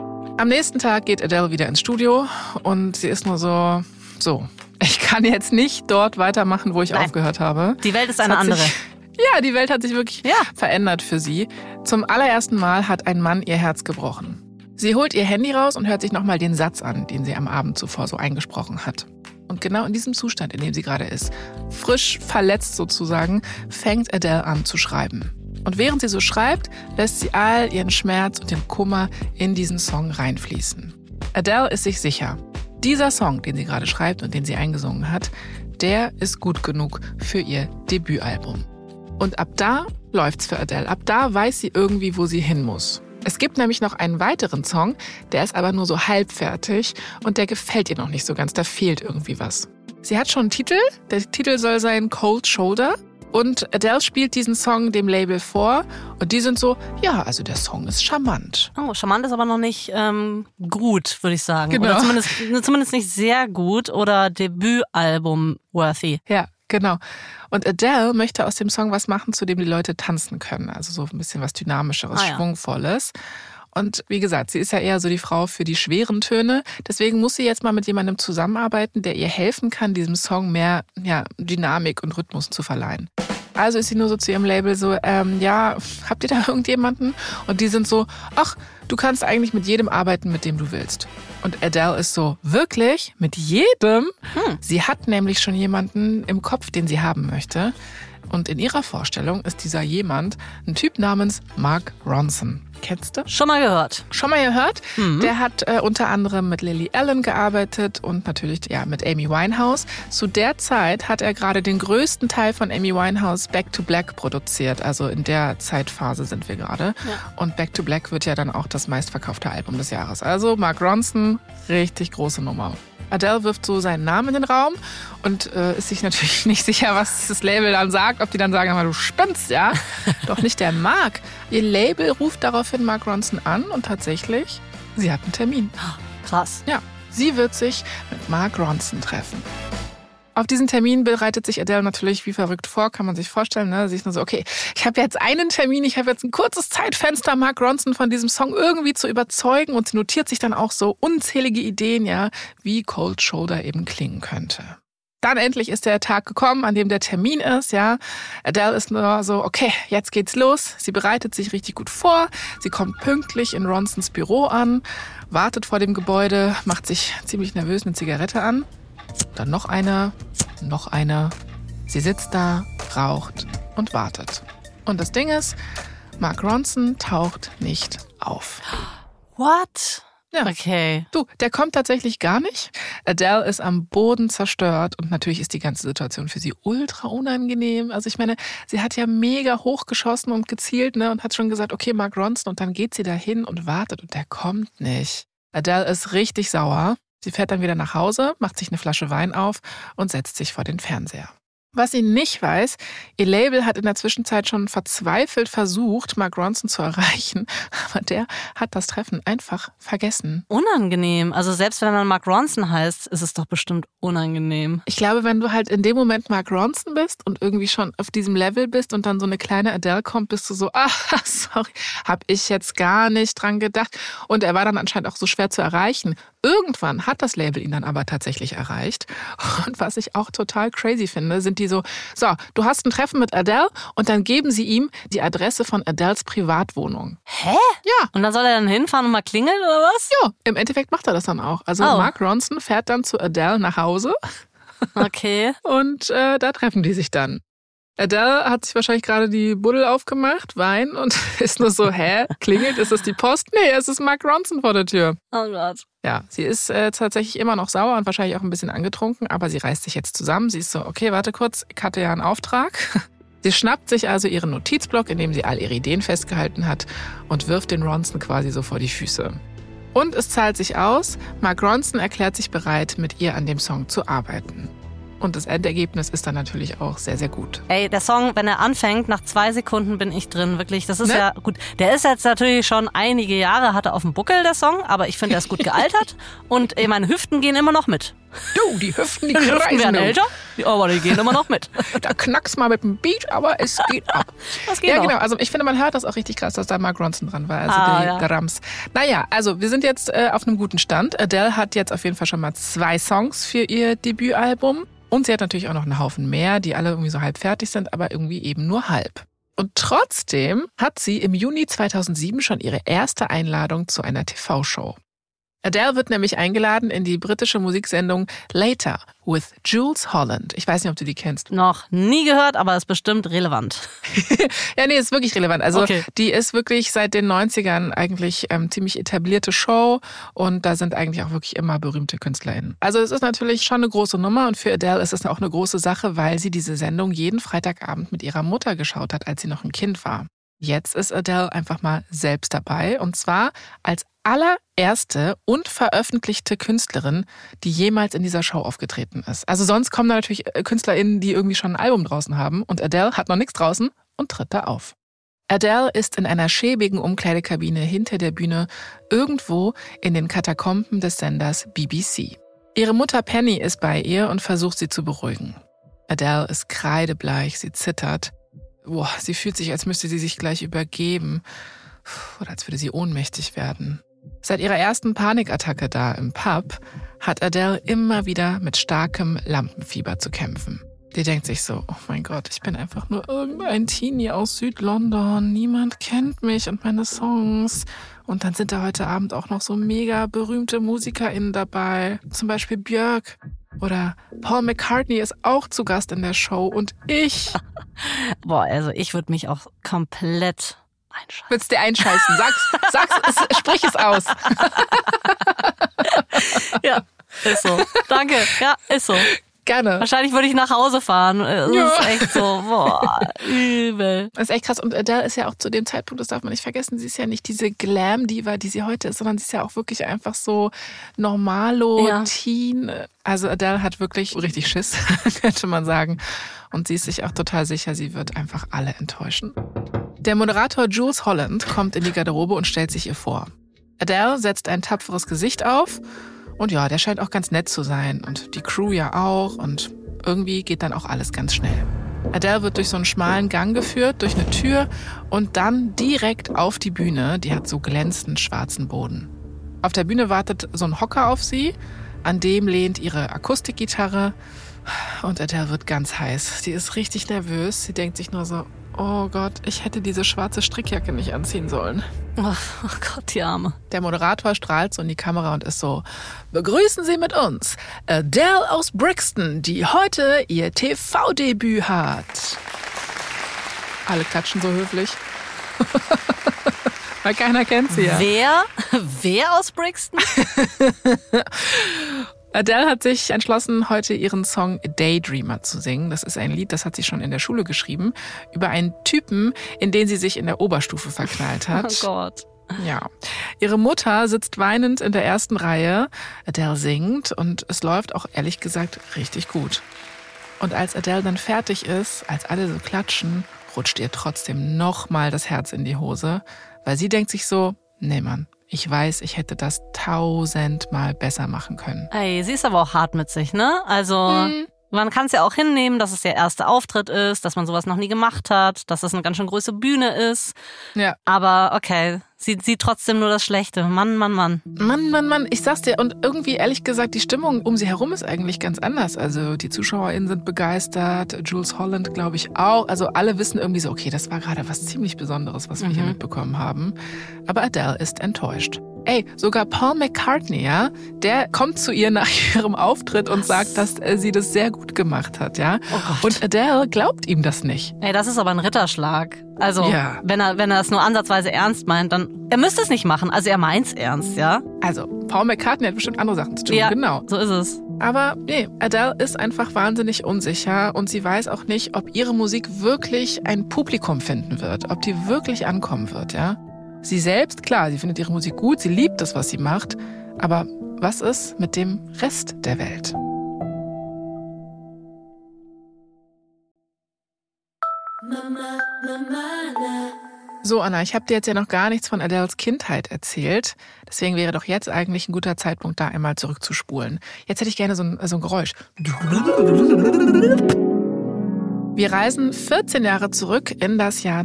Am nächsten Tag geht Adele wieder ins Studio und sie ist nur so, so, ich kann jetzt nicht dort weitermachen, wo ich Nein. aufgehört habe. Die Welt ist eine andere. Sich, ja, die Welt hat sich wirklich ja. verändert für sie. Zum allerersten Mal hat ein Mann ihr Herz gebrochen. Sie holt ihr Handy raus und hört sich nochmal den Satz an, den sie am Abend zuvor so eingesprochen hat. Und genau in diesem Zustand, in dem sie gerade ist, frisch verletzt sozusagen, fängt Adele an zu schreiben. Und während sie so schreibt, lässt sie all ihren Schmerz und den Kummer in diesen Song reinfließen. Adele ist sich sicher, dieser Song, den sie gerade schreibt und den sie eingesungen hat, der ist gut genug für ihr Debütalbum. Und ab da läuft's für Adele. Ab da weiß sie irgendwie, wo sie hin muss. Es gibt nämlich noch einen weiteren Song, der ist aber nur so halbfertig und der gefällt ihr noch nicht so ganz, da fehlt irgendwie was. Sie hat schon einen Titel, der Titel soll sein Cold Shoulder und Adele spielt diesen Song dem Label vor und die sind so, ja, also der Song ist charmant. Oh, charmant ist aber noch nicht ähm, gut, würde ich sagen. Genau. Oder zumindest, zumindest nicht sehr gut oder Debütalbum-worthy. Ja, genau. Und Adele möchte aus dem Song was machen, zu dem die Leute tanzen können. Also so ein bisschen was Dynamischeres, ah, ja. Schwungvolles. Und wie gesagt, sie ist ja eher so die Frau für die schweren Töne. Deswegen muss sie jetzt mal mit jemandem zusammenarbeiten, der ihr helfen kann, diesem Song mehr ja, Dynamik und Rhythmus zu verleihen. Also ist sie nur so zu ihrem Label so, ähm, ja, habt ihr da irgendjemanden? Und die sind so, ach, du kannst eigentlich mit jedem arbeiten, mit dem du willst. Und Adele ist so, wirklich? Mit jedem? Hm. Sie hat nämlich schon jemanden im Kopf, den sie haben möchte. Und in ihrer Vorstellung ist dieser jemand ein Typ namens Mark Ronson. Kennst du? Schon mal gehört. Schon mal gehört? Mhm. Der hat äh, unter anderem mit Lily Allen gearbeitet und natürlich ja mit Amy Winehouse. Zu der Zeit hat er gerade den größten Teil von Amy Winehouse Back to Black produziert. Also in der Zeitphase sind wir gerade. Ja. Und Back to Black wird ja dann auch das meistverkaufte Album des Jahres. Also Mark Ronson, richtig große Nummer. Adele wirft so seinen Namen in den Raum und äh, ist sich natürlich nicht sicher, was das Label dann sagt. Ob die dann sagen, du spinnst, ja? Doch nicht der Mark. Ihr Label ruft daraufhin Mark Ronson an und tatsächlich, sie hat einen Termin. Krass. Ja, sie wird sich mit Mark Ronson treffen. Auf diesen Termin bereitet sich Adele natürlich wie verrückt vor, kann man sich vorstellen. Ne? Sie ist nur so, okay, ich habe jetzt einen Termin, ich habe jetzt ein kurzes Zeitfenster, Mark Ronson von diesem Song irgendwie zu überzeugen. Und sie notiert sich dann auch so unzählige Ideen, ja, wie Cold Shoulder eben klingen könnte. Dann endlich ist der Tag gekommen, an dem der Termin ist, ja. Adele ist nur so, okay, jetzt geht's los. Sie bereitet sich richtig gut vor. Sie kommt pünktlich in Ronsons Büro an, wartet vor dem Gebäude, macht sich ziemlich nervös eine Zigarette an. Dann noch eine, noch eine. Sie sitzt da, raucht und wartet. Und das Ding ist, Mark Ronson taucht nicht auf. What? Ja. Okay. Du, der kommt tatsächlich gar nicht. Adele ist am Boden zerstört und natürlich ist die ganze Situation für sie ultra unangenehm. Also ich meine, sie hat ja mega hochgeschossen und gezielt, ne, und hat schon gesagt, okay, Mark Ronson, und dann geht sie da hin und wartet und der kommt nicht. Adele ist richtig sauer. Sie fährt dann wieder nach Hause, macht sich eine Flasche Wein auf und setzt sich vor den Fernseher. Was sie nicht weiß, ihr Label hat in der Zwischenzeit schon verzweifelt versucht, Mark Ronson zu erreichen, aber der hat das Treffen einfach vergessen. Unangenehm. Also selbst wenn man Mark Ronson heißt, ist es doch bestimmt unangenehm. Ich glaube, wenn du halt in dem Moment Mark Ronson bist und irgendwie schon auf diesem Level bist und dann so eine kleine Adele kommt, bist du so, ach, sorry, hab ich jetzt gar nicht dran gedacht. Und er war dann anscheinend auch so schwer zu erreichen. Irgendwann hat das Label ihn dann aber tatsächlich erreicht. Und was ich auch total crazy finde, sind die so, so, du hast ein Treffen mit Adele und dann geben sie ihm die Adresse von Adeles Privatwohnung. Hä? Ja. Und dann soll er dann hinfahren und mal klingeln oder was? Ja, im Endeffekt macht er das dann auch. Also Oh. Mark Ronson fährt dann zu Adele nach Hause Okay. und äh, da treffen die sich dann. Adele hat sich wahrscheinlich gerade die Buddel aufgemacht, Wein, und ist nur so, hä, klingelt, ist es die Post? Nee, es ist Mark Ronson vor der Tür. Oh Gott. Ja, sie ist äh, tatsächlich immer noch sauer und wahrscheinlich auch ein bisschen angetrunken, aber sie reißt sich jetzt zusammen. Sie ist so, okay, warte kurz, ich hatte ja einen Auftrag. Sie schnappt sich also ihren Notizblock, in dem sie all ihre Ideen festgehalten hat, und wirft den Ronson quasi so vor die Füße. Und es zahlt sich aus, Mark Ronson erklärt sich bereit, mit ihr an dem Song zu arbeiten. Und das Endergebnis ist dann natürlich auch sehr, sehr gut. Ey, der Song, wenn er anfängt, nach zwei Sekunden bin ich drin, wirklich. Das ist ne? ja gut. Der ist jetzt natürlich schon einige Jahre, hat er auf dem Buckel, der Song, aber ich finde, er ist gut gealtert. Und ey, meine Hüften gehen immer noch mit. Du, die Hüften, die, die kreisen. Hüften werden älter, aber die gehen immer noch mit. Da knackst mal mit dem Beat, aber es geht ab. Das geht ja, auch. genau. Also ich finde, man hört das auch richtig krass, dass da Mark Ronson dran war. Also ah, die ja. Drums. Naja, also wir sind jetzt äh, auf einem guten Stand. Adele hat jetzt auf jeden Fall schon mal zwei Songs für ihr Debütalbum. Und sie hat natürlich auch noch einen Haufen mehr, die alle irgendwie so halb fertig sind, aber irgendwie eben nur halb. Und trotzdem hat sie im Juni zweitausendsieben schon ihre erste Einladung zu einer T V-Show. Adele wird nämlich eingeladen in die britische Musiksendung Later with Jools Holland. Ich weiß nicht, ob du die kennst. Noch nie gehört, aber ist bestimmt relevant. Ja, nee, ist wirklich relevant. Also okay. Die ist wirklich seit den neunzigern eigentlich ähm, ziemlich etablierte Show und da sind eigentlich auch wirklich immer berühmte KünstlerInnen. Also es ist natürlich schon eine große Nummer und für Adele ist es auch eine große Sache, weil sie diese Sendung jeden Freitagabend mit ihrer Mutter geschaut hat, als sie noch ein Kind war. Jetzt ist Adele einfach mal selbst dabei und zwar als allererste und veröffentlichte Künstlerin, die jemals in dieser Show aufgetreten ist. Also sonst kommen da natürlich KünstlerInnen, die irgendwie schon ein Album draußen haben und Adele hat noch nichts draußen und tritt da auf. Adele ist in einer schäbigen Umkleidekabine hinter der Bühne irgendwo in den Katakomben des Senders B B C. Ihre Mutter Penny ist bei ihr und versucht sie zu beruhigen. Adele ist kreidebleich, sie zittert. Boah, sie fühlt sich, als müsste sie sich gleich übergeben oder als würde sie ohnmächtig werden. Seit ihrer ersten Panikattacke da im Pub hat Adele immer wieder mit starkem Lampenfieber zu kämpfen. Die denkt sich so, oh mein Gott, ich bin einfach nur irgendein Teenie aus Südlondon. Niemand kennt mich und meine Songs. Und dann sind da heute Abend auch noch so mega berühmte MusikerInnen dabei. Zum Beispiel Björk. Oder Paul McCartney ist auch zu Gast in der Show und ich. Boah, also ich würde mich auch komplett einscheißen. Willst du dir einscheißen? Sag's, sag's, es, sprich es aus. Ja, ist so. Danke, ja, ist so. Gerne. Wahrscheinlich würde ich nach Hause fahren. Das ja. ist echt so, boah, übel. Das ist echt krass. Und Adele ist ja auch zu dem Zeitpunkt, das darf man nicht vergessen, sie ist ja nicht diese Glam-Diva, die sie heute ist, sondern sie ist ja auch wirklich einfach so normalo, ja. Teen. Also Adele hat wirklich richtig Schiss, könnte man sagen. Und sie ist sich auch total sicher, sie wird einfach alle enttäuschen. Der Moderator Jools Holland kommt in die Garderobe und stellt sich ihr vor. Adele setzt ein tapferes Gesicht auf. Und ja, der scheint auch ganz nett zu sein und die Crew ja auch und irgendwie geht dann auch alles ganz schnell. Adele wird durch so einen schmalen Gang geführt, durch eine Tür und dann direkt auf die Bühne, die hat so glänzend schwarzen Boden. Auf der Bühne wartet so ein Hocker auf sie, an dem lehnt ihre Akustikgitarre und Adele wird ganz heiß. Sie ist richtig nervös, sie denkt sich nur so, oh Gott, ich hätte diese schwarze Strickjacke nicht anziehen sollen. Oh, oh Gott, die Arme. Der Moderator strahlt so in die Kamera und ist so, begrüßen Sie mit uns Adele aus Brixton, die heute ihr T V-Debüt hat. Alle klatschen so höflich. Weil keiner kennt sie ja. Wer? Wer aus Brixton? Adele hat sich entschlossen, heute ihren Song Daydreamer zu singen. Das ist ein Lied, das hat sie schon in der Schule geschrieben, über einen Typen, in den sie sich in der Oberstufe verknallt hat. Oh Gott. Ja. Ihre Mutter sitzt weinend in der ersten Reihe. Adele singt und es läuft auch ehrlich gesagt richtig gut. Und als Adele dann fertig ist, als alle so klatschen, rutscht ihr trotzdem nochmal das Herz in die Hose, weil sie denkt sich so, nee Mann, ich weiß, ich hätte das tausendmal besser machen können. Ey, sie ist aber auch hart mit sich, ne? Also hm. man kann es ja auch hinnehmen, dass es der erste Auftritt ist, dass man sowas noch nie gemacht hat, dass es eine ganz schön große Bühne ist. Ja. Aber okay, sie sieht trotzdem nur das Schlechte. Mann, Mann, Mann. Mann, Mann, Mann, ich sag's dir. Und irgendwie, ehrlich gesagt, die Stimmung um sie herum ist eigentlich ganz anders. Also die ZuschauerInnen sind begeistert, Jools Holland glaube ich auch. Also alle wissen irgendwie so, okay, das war gerade was ziemlich Besonderes, was wir mhm. hier mitbekommen haben. Aber Adele ist enttäuscht. Ey, sogar Paul McCartney, ja, der kommt zu ihr nach ihrem Auftritt und sagt, dass äh, sie das sehr gut gemacht hat, ja. Oh und Adele glaubt ihm das nicht. Ey, das ist aber ein Ritterschlag. Also, ja. wenn er wenn er es nur ansatzweise ernst meint, dann, er müsste es nicht machen. Also er meint's ernst, ja. Also, Paul McCartney hat bestimmt andere Sachen zu tun, ja, genau. so ist es. Aber nee, Adele ist einfach wahnsinnig unsicher und sie weiß auch nicht, ob ihre Musik wirklich ein Publikum finden wird, ob die wirklich ankommen wird, ja. Sie selbst, klar, sie findet ihre Musik gut, sie liebt das, was sie macht. Aber was ist mit dem Rest der Welt? Mama, Mama, So, Anna, ich habe dir jetzt ja noch gar nichts von Adeles Kindheit erzählt. Deswegen wäre doch jetzt eigentlich ein guter Zeitpunkt, da einmal zurückzuspulen. Jetzt hätte ich gerne so ein, so ein Geräusch. Wir reisen vierzehn Jahre zurück in das Jahr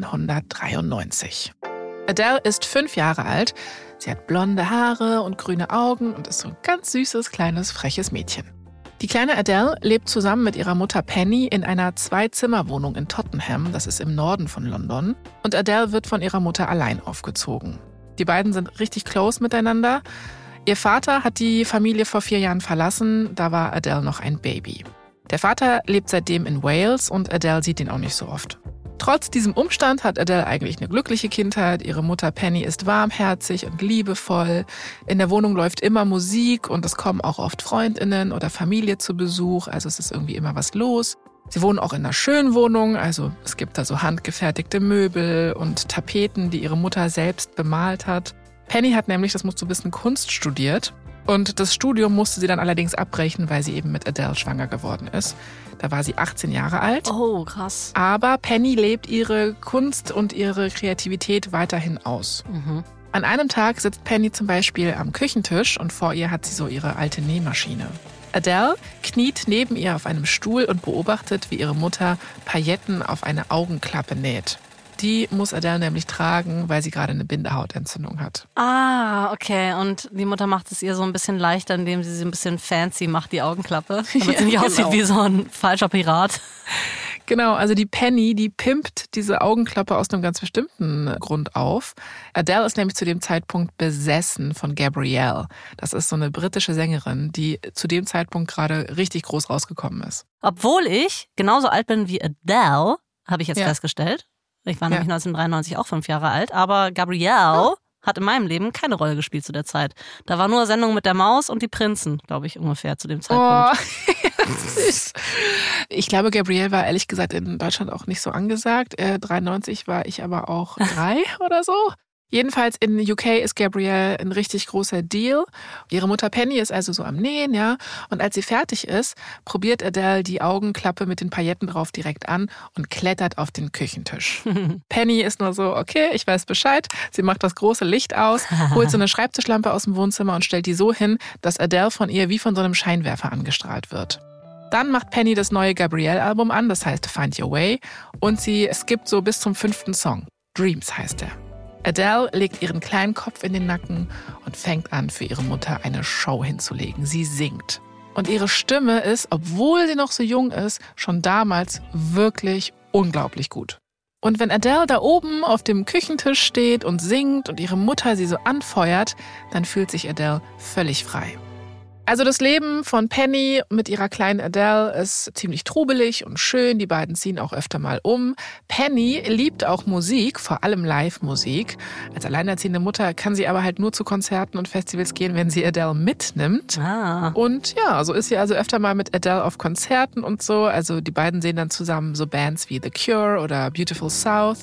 neunzehnhundertdreiundneunzig. Adele ist fünf Jahre alt. Sie hat blonde Haare und grüne Augen und ist so ein ganz süßes, kleines, freches Mädchen. Die kleine Adele lebt zusammen mit ihrer Mutter Penny in einer Zwei-Zimmer-Wohnung in Tottenham, das ist im Norden von London. Und Adele wird von ihrer Mutter allein aufgezogen. Die beiden sind richtig close miteinander. Ihr Vater hat die Familie vor vier Jahren verlassen, da war Adele noch ein Baby. Der Vater lebt seitdem in Wales und Adele sieht ihn auch nicht so oft. Trotz diesem Umstand hat Adele eigentlich eine glückliche Kindheit. Ihre Mutter Penny ist warmherzig und liebevoll. In der Wohnung läuft immer Musik und es kommen auch oft FreundInnen oder Familie zu Besuch. Also es ist irgendwie immer was los. Sie wohnen auch in einer schönen Wohnung. Also es gibt da so handgefertigte Möbel und Tapeten, die ihre Mutter selbst bemalt hat. Penny hat nämlich, das musst du wissen, Kunst studiert. Und das Studium musste sie dann allerdings abbrechen, weil sie eben mit Adele schwanger geworden ist. Da war sie achtzehn Jahre alt. Oh, krass. Aber Penny lebt ihre Kunst und ihre Kreativität weiterhin aus. Mhm. An einem Tag sitzt Penny zum Beispiel am Küchentisch und vor ihr hat sie so ihre alte Nähmaschine. Adele kniet neben ihr auf einem Stuhl und beobachtet, wie ihre Mutter Pailletten auf eine Augenklappe näht. Die muss Adele nämlich tragen, weil sie gerade eine Bindehautentzündung hat. Ah, okay. Und die Mutter macht es ihr so ein bisschen leichter, indem sie sie ein bisschen fancy macht, die Augenklappe. Damit Ja, sie nicht genau. aussieht wie so ein falscher Pirat. Genau, also die Penny, die pimpt diese Augenklappe aus einem ganz bestimmten Grund auf. Adele ist nämlich zu dem Zeitpunkt besessen von Gabrielle. Das ist so eine britische Sängerin, die zu dem Zeitpunkt gerade richtig groß rausgekommen ist. Obwohl ich genauso alt bin wie Adele, habe ich jetzt Ja. festgestellt. Ich war Ja. nämlich neunzehnhundertdreiundneunzig auch fünf Jahre alt, aber Gabrielle hat in meinem Leben keine Rolle gespielt zu der Zeit. Da war nur Sendung mit der Maus und die Prinzen, glaube ich, ungefähr zu dem Zeitpunkt. Oh, süß. Ich glaube, Gabrielle war ehrlich gesagt in Deutschland auch nicht so angesagt. Äh, dreiundneunzig war ich aber auch drei oder so. Jedenfalls in U K ist Gabrielle ein richtig großer Deal. Ihre Mutter Penny ist also so am Nähen, ja. Und als sie fertig ist, probiert Adele die Augenklappe mit den Pailletten drauf direkt an und klettert auf den Küchentisch. Penny ist nur so, okay, ich weiß Bescheid. Sie macht das große Licht aus, holt so eine Schreibtischlampe aus dem Wohnzimmer und stellt die so hin, dass Adele von ihr wie von so einem Scheinwerfer angestrahlt wird. Dann macht Penny das neue Gabrielle-Album an, das heißt Find Your Way. Und sie skippt so bis zum fünften Song. Dreams heißt er. Adele legt ihren kleinen Kopf in den Nacken und fängt an, für ihre Mutter eine Show hinzulegen. Sie singt. Und ihre Stimme ist, obwohl sie noch so jung ist, schon damals wirklich unglaublich gut. Und wenn Adele da oben auf dem Küchentisch steht und singt und ihre Mutter sie so anfeuert, dann fühlt sich Adele völlig frei. Also das Leben von Penny mit ihrer kleinen Adele ist ziemlich trubelig und schön. Die beiden ziehen auch öfter mal um. Penny liebt auch Musik, vor allem Live-Musik. Als alleinerziehende Mutter kann sie aber halt nur zu Konzerten und Festivals gehen, wenn sie Adele mitnimmt. Ah. Und ja, so ist sie also öfter mal mit Adele auf Konzerten und so. Also die beiden sehen dann zusammen so Bands wie The Cure oder Beautiful South.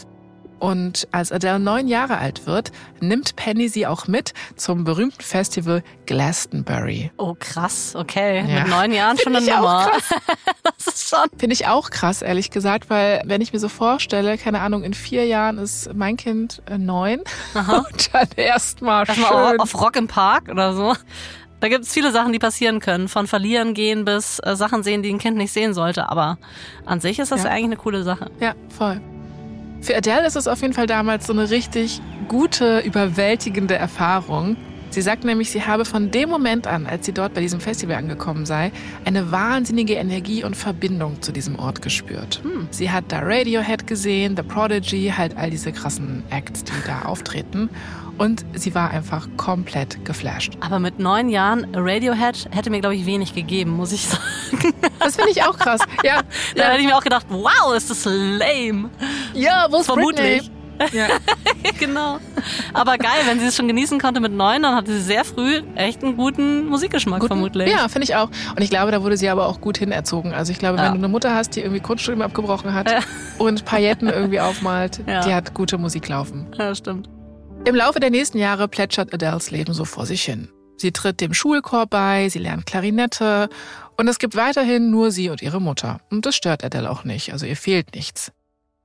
Und als Adele neun Jahre alt wird, nimmt Penny sie auch mit zum berühmten Festival Glastonbury. Oh, krass, okay. Ja. Mit neun Jahren schon eine Find ich auch Nummer. krass. Das ist schon. Finde ich auch krass, ehrlich gesagt, weil wenn ich mir so vorstelle, keine Ahnung, in vier Jahren ist mein Kind äh, neun und dann erstmal schön. Erstmal auf Rock im Park oder so. Da gibt es viele Sachen, die passieren können. Von verlieren gehen bis äh, Sachen sehen, die ein Kind nicht sehen sollte. Aber an sich ist das Ja. eigentlich eine coole Sache. Ja, voll. Für Adele ist es auf jeden Fall damals so eine richtig gute, überwältigende Erfahrung. Sie sagt nämlich, sie habe von dem Moment an, als sie dort bei diesem Festival angekommen sei, eine wahnsinnige Energie und Verbindung zu diesem Ort gespürt. Hm. Sie hat da Radiohead gesehen, The Prodigy, halt all diese krassen Acts, die da auftreten. Und sie war einfach komplett geflasht. Aber mit neun Jahren Radiohead hätte mir, glaube ich, wenig gegeben, muss ich sagen. Das finde ich auch krass. Ja, Da ja, hätte ich mir auch gedacht, wow, ist das lame. ja, wo ist Vermutlich. Britney? Ja. Genau. Aber geil, wenn sie es schon genießen konnte mit neun, dann hatte sie sehr früh echt einen guten Musikgeschmack, Guten, vermutlich. Ja, finde ich auch. Und ich glaube, da wurde sie aber auch gut hinerzogen. Also ich glaube, Ja. wenn du eine Mutter hast, die irgendwie Kunststudium abgebrochen hat Ja. und Pailletten irgendwie aufmalt, Ja. die hat gute Musik laufen. Ja, stimmt. Im Laufe der nächsten Jahre plätschert Adeles Leben so vor sich hin. Sie tritt dem Schulchor bei, sie lernt Klarinette und es gibt weiterhin nur sie und ihre Mutter. Und das stört Adele auch nicht, also ihr fehlt nichts.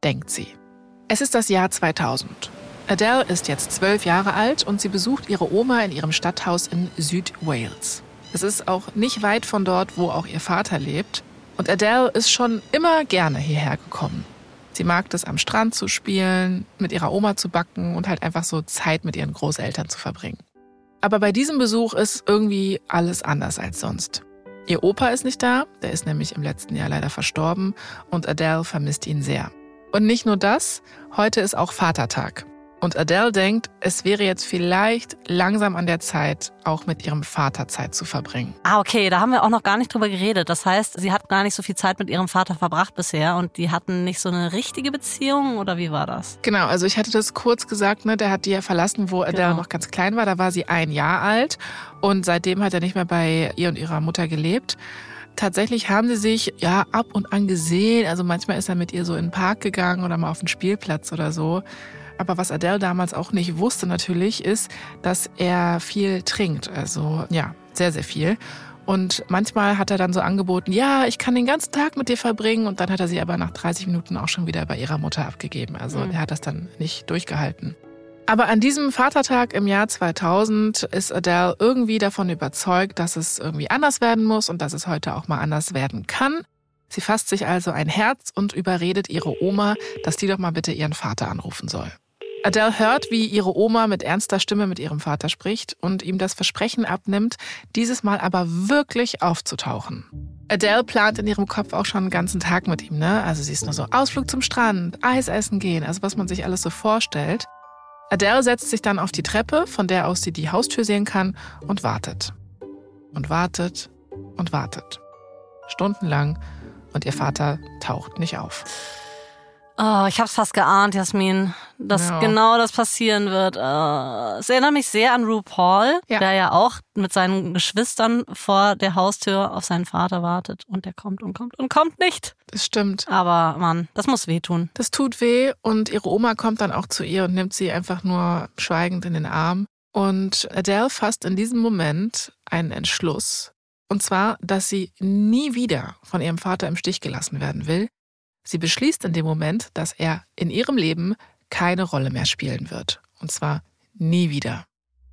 denkt sie. Es ist das Jahr zweitausend. Adele ist jetzt zwölf Jahre alt und sie besucht ihre Oma in ihrem Stadthaus in Südwales. Es ist auch nicht weit von dort, wo auch ihr Vater lebt. Und Adele ist schon immer gerne hierher gekommen. Sie mag es, am Strand zu spielen, mit ihrer Oma zu backen und halt einfach so Zeit mit ihren Großeltern zu verbringen. Aber bei diesem Besuch ist irgendwie alles anders als sonst. Ihr Opa ist nicht da, der ist nämlich im letzten Jahr leider verstorben und Adele vermisst ihn sehr. Und nicht nur das, heute ist auch Vatertag. Und Adele denkt, es wäre jetzt vielleicht langsam an der Zeit, auch mit ihrem Vater Zeit zu verbringen. Ah, okay, da haben wir auch noch gar nicht drüber geredet. Das heißt, sie hat gar nicht so viel Zeit mit ihrem Vater verbracht bisher und die hatten nicht so eine richtige Beziehung, oder wie war das? Genau, also ich hatte das kurz gesagt, ne, der hat die ja verlassen, wo Adele Genau. noch ganz klein war. Da war sie ein Jahr alt und seitdem hat er nicht mehr bei ihr und ihrer Mutter gelebt. Tatsächlich haben sie sich ja ab und an gesehen. Also manchmal ist er mit ihr so in den Park gegangen oder mal auf den Spielplatz oder so. Aber was Adele damals auch nicht wusste natürlich, ist, dass er viel trinkt. Also ja, sehr, sehr viel. Und manchmal hat er dann so angeboten, ja, ich kann den ganzen Tag mit dir verbringen. Und dann hat er sie aber nach dreißig Minuten auch schon wieder bei ihrer Mutter abgegeben. Also mhm. er hat das dann nicht durchgehalten. Aber an diesem Vatertag im Jahr zweitausend ist Adele irgendwie davon überzeugt, dass es irgendwie anders werden muss und dass es heute auch mal anders werden kann. Sie fasst sich also ein Herz und überredet ihre Oma, dass die doch mal bitte ihren Vater anrufen soll. Adele hört, wie ihre Oma mit ernster Stimme mit ihrem Vater spricht und ihm das Versprechen abnimmt, dieses Mal aber wirklich aufzutauchen. Adele plant in ihrem Kopf auch schon einen ganzen Tag mit ihm, ne? Also sie ist nur so Ausflug zum Strand, Eis essen gehen, also was man sich alles so vorstellt. Adele setzt sich dann auf die Treppe, von der aus sie die Haustür sehen kann, und wartet. Und wartet und wartet. Stundenlang und ihr Vater taucht nicht auf. Oh, ich hab's fast geahnt, Jasmin, dass Ja. genau das passieren wird. Uh, es erinnert mich sehr an RuPaul, Ja. der ja auch mit seinen Geschwistern vor der Haustür auf seinen Vater wartet. Und der kommt und kommt und kommt nicht. Das stimmt. Aber Mann, das muss wehtun. Das tut weh und ihre Oma kommt dann auch zu ihr und nimmt sie einfach nur schweigend in den Arm. Und Adele fasst in diesem Moment einen Entschluss. Und zwar, dass sie nie wieder von ihrem Vater im Stich gelassen werden will. Sie beschließt in dem Moment, dass er in ihrem Leben keine Rolle mehr spielen wird. Und zwar nie wieder.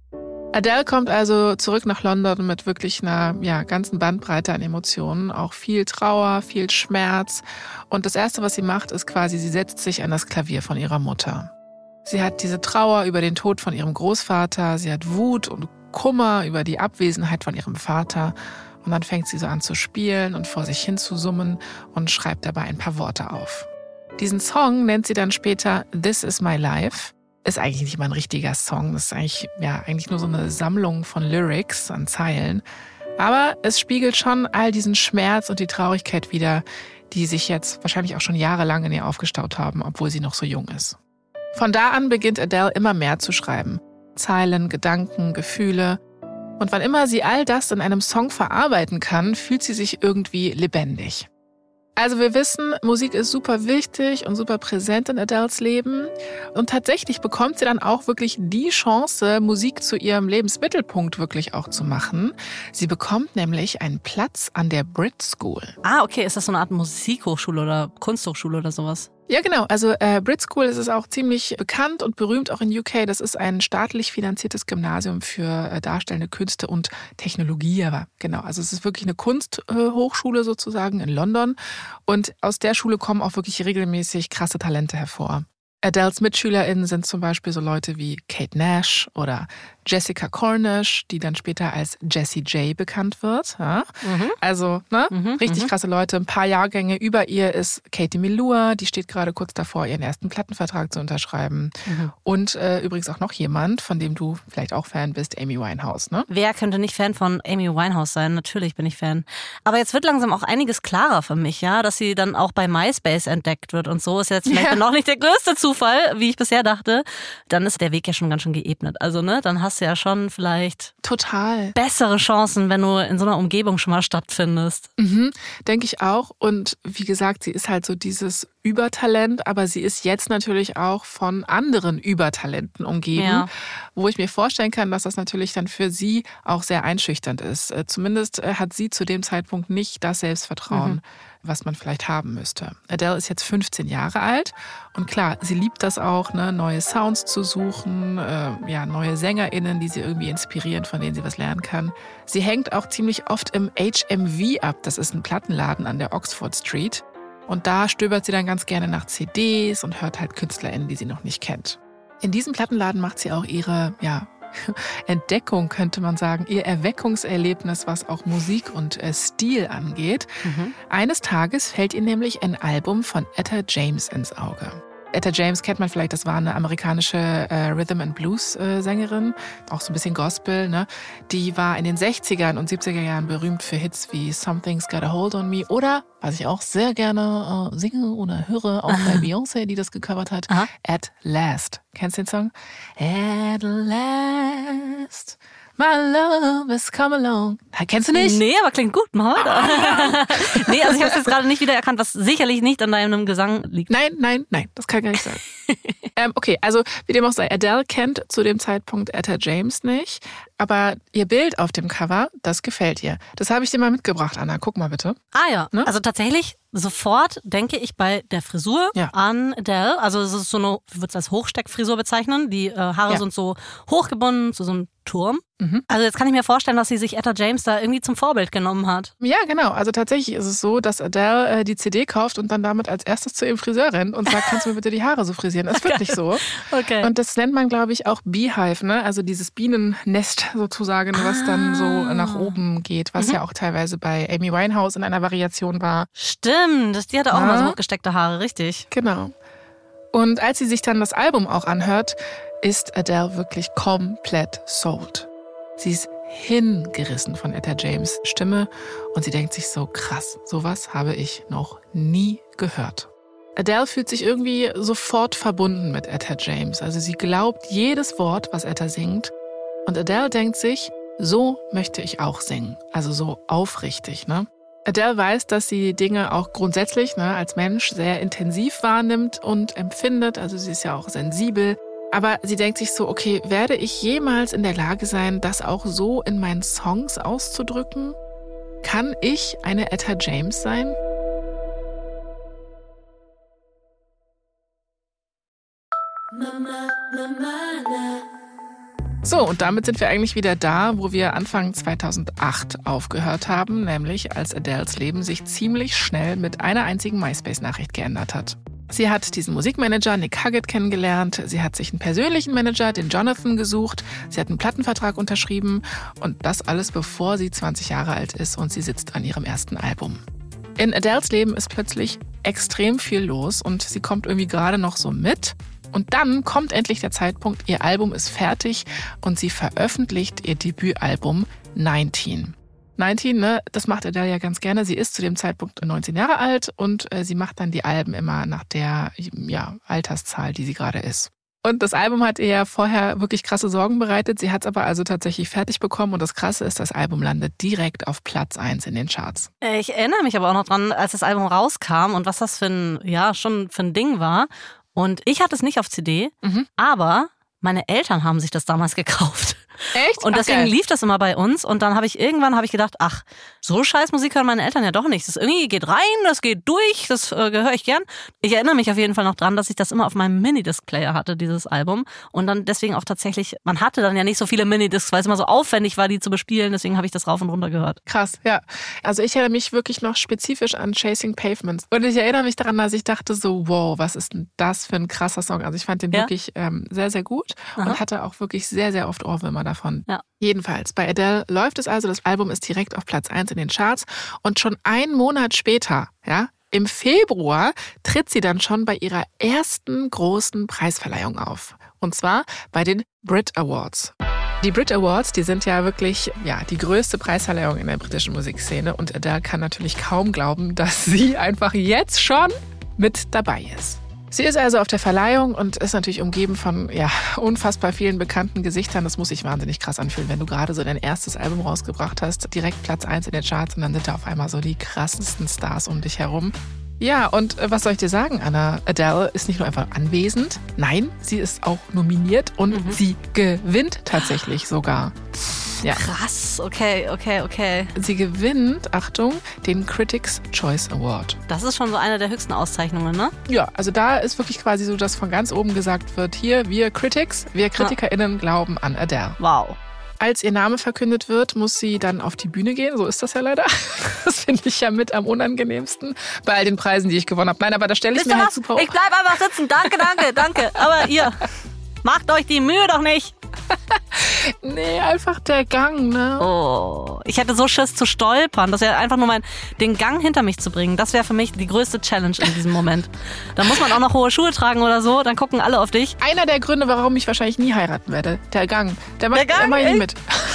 Adele kommt also zurück nach London mit wirklich einer ja, ganzen Bandbreite an Emotionen. Auch viel Trauer, viel Schmerz. Und das Erste, was sie macht, ist quasi, sie setzt sich an das Klavier von ihrer Mutter. Sie hat diese Trauer über den Tod von ihrem Großvater. Sie hat Wut und Kummer über die Abwesenheit von ihrem Vater. Und dann fängt sie so an zu spielen und vor sich hin zu summen und schreibt dabei ein paar Worte auf. Diesen Song nennt sie dann später This Is My Life. Ist eigentlich nicht mal ein richtiger Song. Das ist eigentlich, ja, eigentlich nur so eine Sammlung von Lyrics an Zeilen. Aber es spiegelt schon all diesen Schmerz und die Traurigkeit wider, die sich jetzt wahrscheinlich auch schon jahrelang in ihr aufgestaut haben, obwohl sie noch so jung ist. Von da an beginnt Adele immer mehr zu schreiben. Zeilen, Gedanken, Gefühle. Und wann immer sie all das in einem Song verarbeiten kann, fühlt sie sich irgendwie lebendig. Also wir wissen, Musik ist super wichtig und super präsent in Adeles Leben. Und tatsächlich bekommt sie dann auch wirklich die Chance, Musik zu ihrem Lebensmittelpunkt wirklich auch zu machen. Sie bekommt nämlich einen Platz an der Brit School. Ah, okay, ist das so eine Art Musikhochschule oder Kunsthochschule oder sowas? Ja, genau. Also äh, Brit School ist es auch ziemlich bekannt und berühmt, auch in U K. Das ist ein staatlich finanziertes Gymnasium für äh, darstellende Künste und Technologie. Aber genau, also es ist wirklich eine Kunsthochschule äh, sozusagen in London. Und aus der Schule kommen auch wirklich regelmäßig krasse Talente hervor. Adeles MitschülerInnen sind zum Beispiel so Leute wie Kate Nash oder Jessica Cornish, die dann später als Jessie J bekannt wird. Ja? Mhm. Also, ne? Mhm, richtig mhm. krasse Leute. Ein paar Jahrgänge über ihr ist Katie Melua, die steht gerade kurz davor, ihren ersten Plattenvertrag zu unterschreiben. Mhm. Und äh, übrigens auch noch jemand, von dem du vielleicht auch Fan bist, Amy Winehouse. Ne? Wer könnte nicht Fan von Amy Winehouse sein? Natürlich bin ich Fan. Aber jetzt wird langsam auch einiges klarer für mich, ja, dass sie dann auch bei MySpace entdeckt wird und so. Ist jetzt vielleicht ja. noch nicht der größte Zufall, wie ich bisher dachte. Dann ist der Weg ja schon ganz schön geebnet. Also, ne, dann hast du ja schon vielleicht total bessere Chancen, wenn du in so einer Umgebung schon mal stattfindest. Mhm, denke ich auch. Und wie gesagt, sie ist halt so dieses Übertalent, aber sie ist jetzt natürlich auch von anderen Übertalenten umgeben, ja. wo ich mir vorstellen kann, dass das natürlich dann für sie auch sehr einschüchternd ist. Zumindest hat sie zu dem Zeitpunkt nicht das Selbstvertrauen, mhm. was man vielleicht haben müsste. Adele ist jetzt fünfzehn Jahre alt und klar, sie liebt das auch, ne, neue Sounds zu suchen, äh, ja, neue SängerInnen, die sie irgendwie inspirieren, von denen sie was lernen kann. Sie hängt auch ziemlich oft im H M V ab, das ist ein Plattenladen an der Oxford Street. Und da stöbert sie dann ganz gerne nach C Ds und hört halt KünstlerInnen, die sie noch nicht kennt. In diesem Plattenladen macht sie auch ihre, ja, Entdeckung, könnte man sagen, ihr Erweckungserlebnis, was auch Musik und äh, Stil angeht. Mhm. Eines Tages fällt ihr nämlich ein Album von Etta James ins Auge. Etta James kennt man vielleicht, das war eine amerikanische äh, Rhythm and Blues äh, Sängerin, auch so ein bisschen Gospel, ne? Die war in den sechzigern und siebziger Jahren berühmt für Hits wie Something's Got a Hold on Me oder, was ich auch sehr gerne äh, singe oder höre, auch bei Beyoncé, die das gecovert hat, Aha. At Last. Kennst du den Song? At Last, my love has come along. Kennst du nicht? Nee, aber klingt gut. Mach weiter. Nee, also ich habe es jetzt gerade nicht wiedererkannt, was sicherlich nicht an deinem Gesang liegt. Nein, nein, nein, das kann gar nicht sein. ähm, okay, also wie dem auch sei, Adele kennt zu dem Zeitpunkt Etta James nicht, aber ihr Bild auf dem Cover, das gefällt ihr. Das habe ich dir mal mitgebracht, Anna. Guck mal bitte. Ah ja, ne? Also tatsächlich sofort denke ich bei der Frisur ja. an Adele. Also es ist so eine, ich würde es als Hochsteckfrisur bezeichnen. Die äh, Haare ja. sind so hochgebunden zu so einem Turm. Mhm. Also jetzt kann ich mir vorstellen, dass sie sich Etta James da irgendwie zum Vorbild genommen hat. Ja, genau. Also tatsächlich ist es so, dass Adele äh, die C D kauft und dann damit als erstes zu ihrem Friseur rennt und sagt, kannst du mir bitte die Haare so frisieren? Das ist wirklich so. Okay. Und das nennt man, glaube ich, auch Beehive, ne? Also dieses Bienennest sozusagen, was ah. dann so nach oben geht, was mhm. ja auch teilweise bei Amy Winehouse in einer Variation war. Stimmt, die hatte auch ja. mal so hochgesteckte Haare, richtig. Genau. Und als sie sich dann das Album auch anhört, ist Adele wirklich komplett sold. Sie ist hingerissen von Etta James' Stimme und sie denkt sich so, krass, sowas habe ich noch nie gehört. Adele fühlt sich irgendwie sofort verbunden mit Etta James. Also sie glaubt jedes Wort, was Etta singt. Und Adele denkt sich, so möchte ich auch singen. Also so aufrichtig, ne? Adele weiß, dass sie Dinge auch grundsätzlich, ne, als Mensch sehr intensiv wahrnimmt und empfindet. Also sie ist ja auch sensibel. Aber sie denkt sich so, okay, werde ich jemals in der Lage sein, das auch so in meinen Songs auszudrücken? Kann ich eine Etta James sein? Mama, Mama, na. So, und damit sind wir eigentlich wieder da, wo wir Anfang zweitausendacht aufgehört haben, nämlich als Adeles Leben sich ziemlich schnell mit einer einzigen MySpace-Nachricht geändert hat. Sie hat diesen Musikmanager Nick Haggett kennengelernt, sie hat sich einen persönlichen Manager, den Jonathan, gesucht, sie hat einen Plattenvertrag unterschrieben und das alles bevor sie zwanzig Jahre alt ist und sie sitzt an ihrem ersten Album. In Adeles Leben ist plötzlich extrem viel los und sie kommt irgendwie gerade noch so mit. Und dann kommt endlich der Zeitpunkt, ihr Album ist fertig und sie veröffentlicht ihr Debütalbum neunzehn. neunzehn, ne, das macht Adele ja ganz gerne. Sie ist zu dem Zeitpunkt neunzehn Jahre alt und äh, sie macht dann die Alben immer nach der ja, Alterszahl, die sie gerade ist. Und das Album hat ihr ja vorher wirklich krasse Sorgen bereitet. Sie hat es aber also tatsächlich fertig bekommen und das Krasse ist, das Album landet direkt auf Platz eins in den Charts. Ich erinnere mich aber auch noch dran, als das Album rauskam und was das für ein, ja, schon für ein Ding war. Und ich hatte es nicht auf C D, mhm. aber meine Eltern haben sich das damals gekauft. Echt? Und deswegen ach, lief das immer bei uns und dann habe ich irgendwann habe ich gedacht, ach, so scheiß Musik hören meine Eltern ja doch nicht. Das irgendwie geht rein, das geht durch, das äh, gehöre ich gern. Ich erinnere mich auf jeden Fall noch dran, dass ich das immer auf meinem Minidisc-Player hatte, dieses Album. Und dann deswegen auch tatsächlich, man hatte dann ja nicht so viele Minidiscs, weil es immer so aufwendig war, die zu bespielen. Deswegen habe ich das rauf und runter gehört. Krass, ja. Also ich erinnere mich wirklich noch spezifisch an Chasing Pavements. Und ich erinnere mich daran, dass ich dachte so, wow, was ist denn das für ein krasser Song. Also ich fand den ja? wirklich ähm, sehr, sehr gut Aha. und hatte auch wirklich sehr, sehr oft Ohrwürmer davon. Ja. Jedenfalls, bei Adele läuft es also, das Album ist direkt auf Platz eins in den Charts und schon einen Monat später, ja, im Februar, tritt sie dann schon bei ihrer ersten großen Preisverleihung auf. Und zwar bei den Brit Awards. Die Brit Awards, die sind ja wirklich ja, die größte Preisverleihung in der britischen Musikszene und Adele kann natürlich kaum glauben, dass sie einfach jetzt schon mit dabei ist. Sie ist also auf der Verleihung und ist natürlich umgeben von ja, unfassbar vielen bekannten Gesichtern. Das muss sich wahnsinnig krass anfühlen, wenn du gerade so dein erstes Album rausgebracht hast, direkt Platz eins in den Charts und dann sind da auf einmal so die krassesten Stars um dich herum. Ja, und was soll ich dir sagen, Anna? Adele ist nicht nur einfach anwesend, nein, sie ist auch nominiert und mhm. sie gewinnt tatsächlich sogar. Ja. Krass, okay, okay, okay. Sie gewinnt, Achtung, den Critics' Choice Award. Das ist schon so eine der höchsten Auszeichnungen, ne? Ja, also da ist wirklich quasi so, dass von ganz oben gesagt wird, hier, wir Critics, wir KritikerInnen ja. glauben an Adele. Wow. Als ihr Name verkündet wird, muss sie dann auf die Bühne gehen. So ist das ja leider. Das finde ich ja mit am unangenehmsten bei all den Preisen, die ich gewonnen habe. Nein, aber da stelle ich Wisst mir ihr halt was? super hoch. Ich bleib einfach sitzen. Danke, danke, danke. Aber ihr, macht euch die Mühe doch nicht. Nee, einfach der Gang, ne? Oh, ich hätte so Schiss zu stolpern. Das wäre einfach nur mein, den Gang hinter mich zu bringen. Das wäre für mich die größte Challenge in diesem Moment. Da muss man auch noch hohe Schuhe tragen oder so. Dann gucken alle auf dich. Einer der Gründe, warum ich wahrscheinlich nie heiraten werde. Der Gang. Der macht Gang, immer nie mit.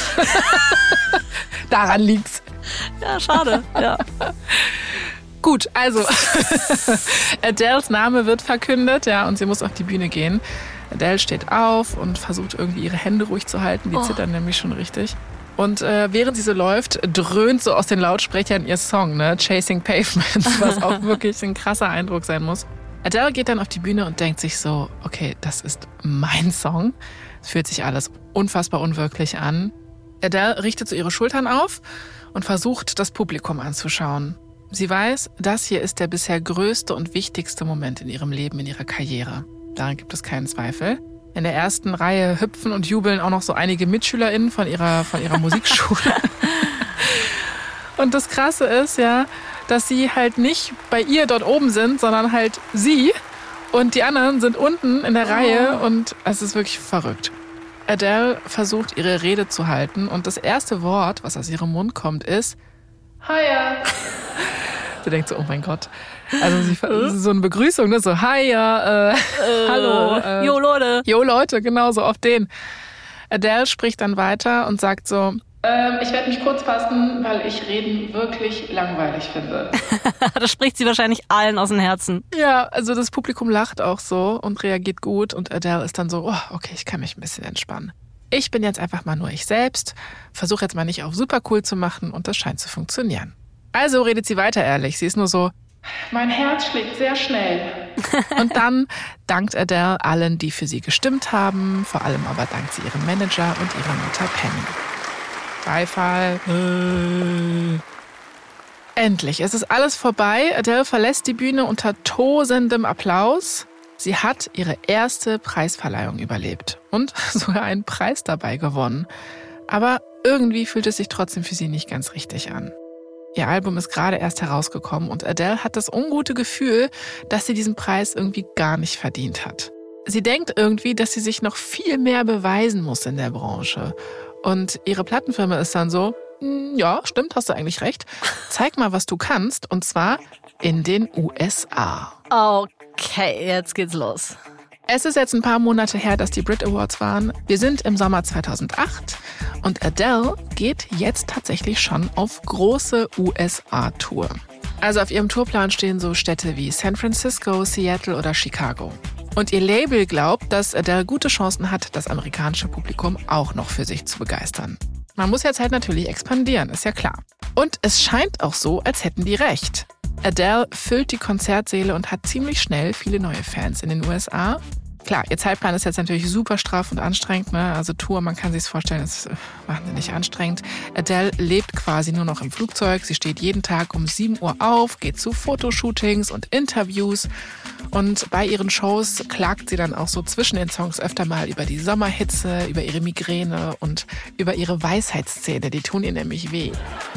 Daran liegt's. Ja, schade. Ja. Gut, also Adeles Name wird verkündet, ja, und sie muss auf die Bühne gehen. Adele steht auf und versucht irgendwie ihre Hände ruhig zu halten. Die oh. zittern nämlich schon richtig. Und äh, während sie so läuft, dröhnt so aus den Lautsprechern ihr Song, ne? Chasing Pavements, was auch wirklich ein krasser Eindruck sein muss. Adele geht dann auf die Bühne und denkt sich so, okay, das ist mein Song. Es fühlt sich alles unfassbar unwirklich an. Adele richtet so ihre Schultern auf und versucht, das Publikum anzuschauen. Sie weiß, das hier ist der bisher größte und wichtigste Moment in ihrem Leben, in ihrer Karriere. Daran gibt es keinen Zweifel. In der ersten Reihe hüpfen und jubeln auch noch so einige MitschülerInnen von ihrer, von ihrer Musikschule. Und das Krasse ist ja, dass sie halt nicht bei ihr dort oben sind, sondern halt sie. Und die anderen sind unten in der Reihe und es ist wirklich verrückt. Adele versucht, ihre Rede zu halten und das erste Wort, was aus ihrem Mund kommt, ist Hiya. Du denkst so, oh mein Gott. Also sie, so eine Begrüßung, ne? So, hi, ja, äh, äh, hallo. Äh, jo, Leute. Jo, Leute, genau so auf den. Adele spricht dann weiter und sagt so, ähm, ich werde mich kurz fassen, weil ich Reden wirklich langweilig finde. Das spricht sie wahrscheinlich allen aus dem Herzen. Ja, also das Publikum lacht auch so und reagiert gut und Adele ist dann so, oh, okay, ich kann mich ein bisschen entspannen. Ich bin jetzt einfach mal nur ich selbst, versuche jetzt mal nicht auf super cool zu machen und das scheint zu funktionieren. Also redet sie weiter ehrlich. Sie ist nur so, mein Herz schlägt sehr schnell. Und dann dankt Adele allen, die für sie gestimmt haben. Vor allem aber dankt sie ihrem Manager und ihrer Mutter Penny. Beifall. Endlich, es ist alles vorbei. Adele verlässt die Bühne unter tosendem Applaus. Sie hat ihre erste Preisverleihung überlebt und sogar einen Preis dabei gewonnen. Aber irgendwie fühlt es sich trotzdem für sie nicht ganz richtig an. Ihr Album ist gerade erst herausgekommen und Adele hat das ungute Gefühl, dass sie diesen Preis irgendwie gar nicht verdient hat. Sie denkt irgendwie, dass sie sich noch viel mehr beweisen muss in der Branche. Und ihre Plattenfirma ist dann so, ja, stimmt, hast du eigentlich recht. Zeig mal, was du kannst, und zwar in den U S A. Okay, jetzt geht's los. Es ist jetzt ein paar Monate her, dass die Brit Awards waren. Wir sind im Sommer zweitausendacht und Adele geht jetzt tatsächlich schon auf große U S A-Tour. Also auf ihrem Tourplan stehen so Städte wie San Francisco, Seattle oder Chicago. Und ihr Label glaubt, dass Adele gute Chancen hat, das amerikanische Publikum auch noch für sich zu begeistern. Man muss jetzt halt natürlich expandieren, ist ja klar. Und es scheint auch so, als hätten die recht. Adele füllt die Konzertsäle und hat ziemlich schnell viele neue Fans in den U S A. Klar, ihr Zeitplan ist jetzt natürlich super straff und anstrengend, ne? Also Tour, man kann sich's vorstellen, ist wahnsinnig anstrengend. Adele lebt quasi nur noch im Flugzeug. Sie steht jeden Tag um sieben Uhr auf, geht zu Fotoshootings und Interviews. Und bei ihren Shows klagt sie dann auch so zwischen den Songs öfter mal über die Sommerhitze, über ihre Migräne und über ihre Weisheitszähne. Die tun ihr nämlich weh.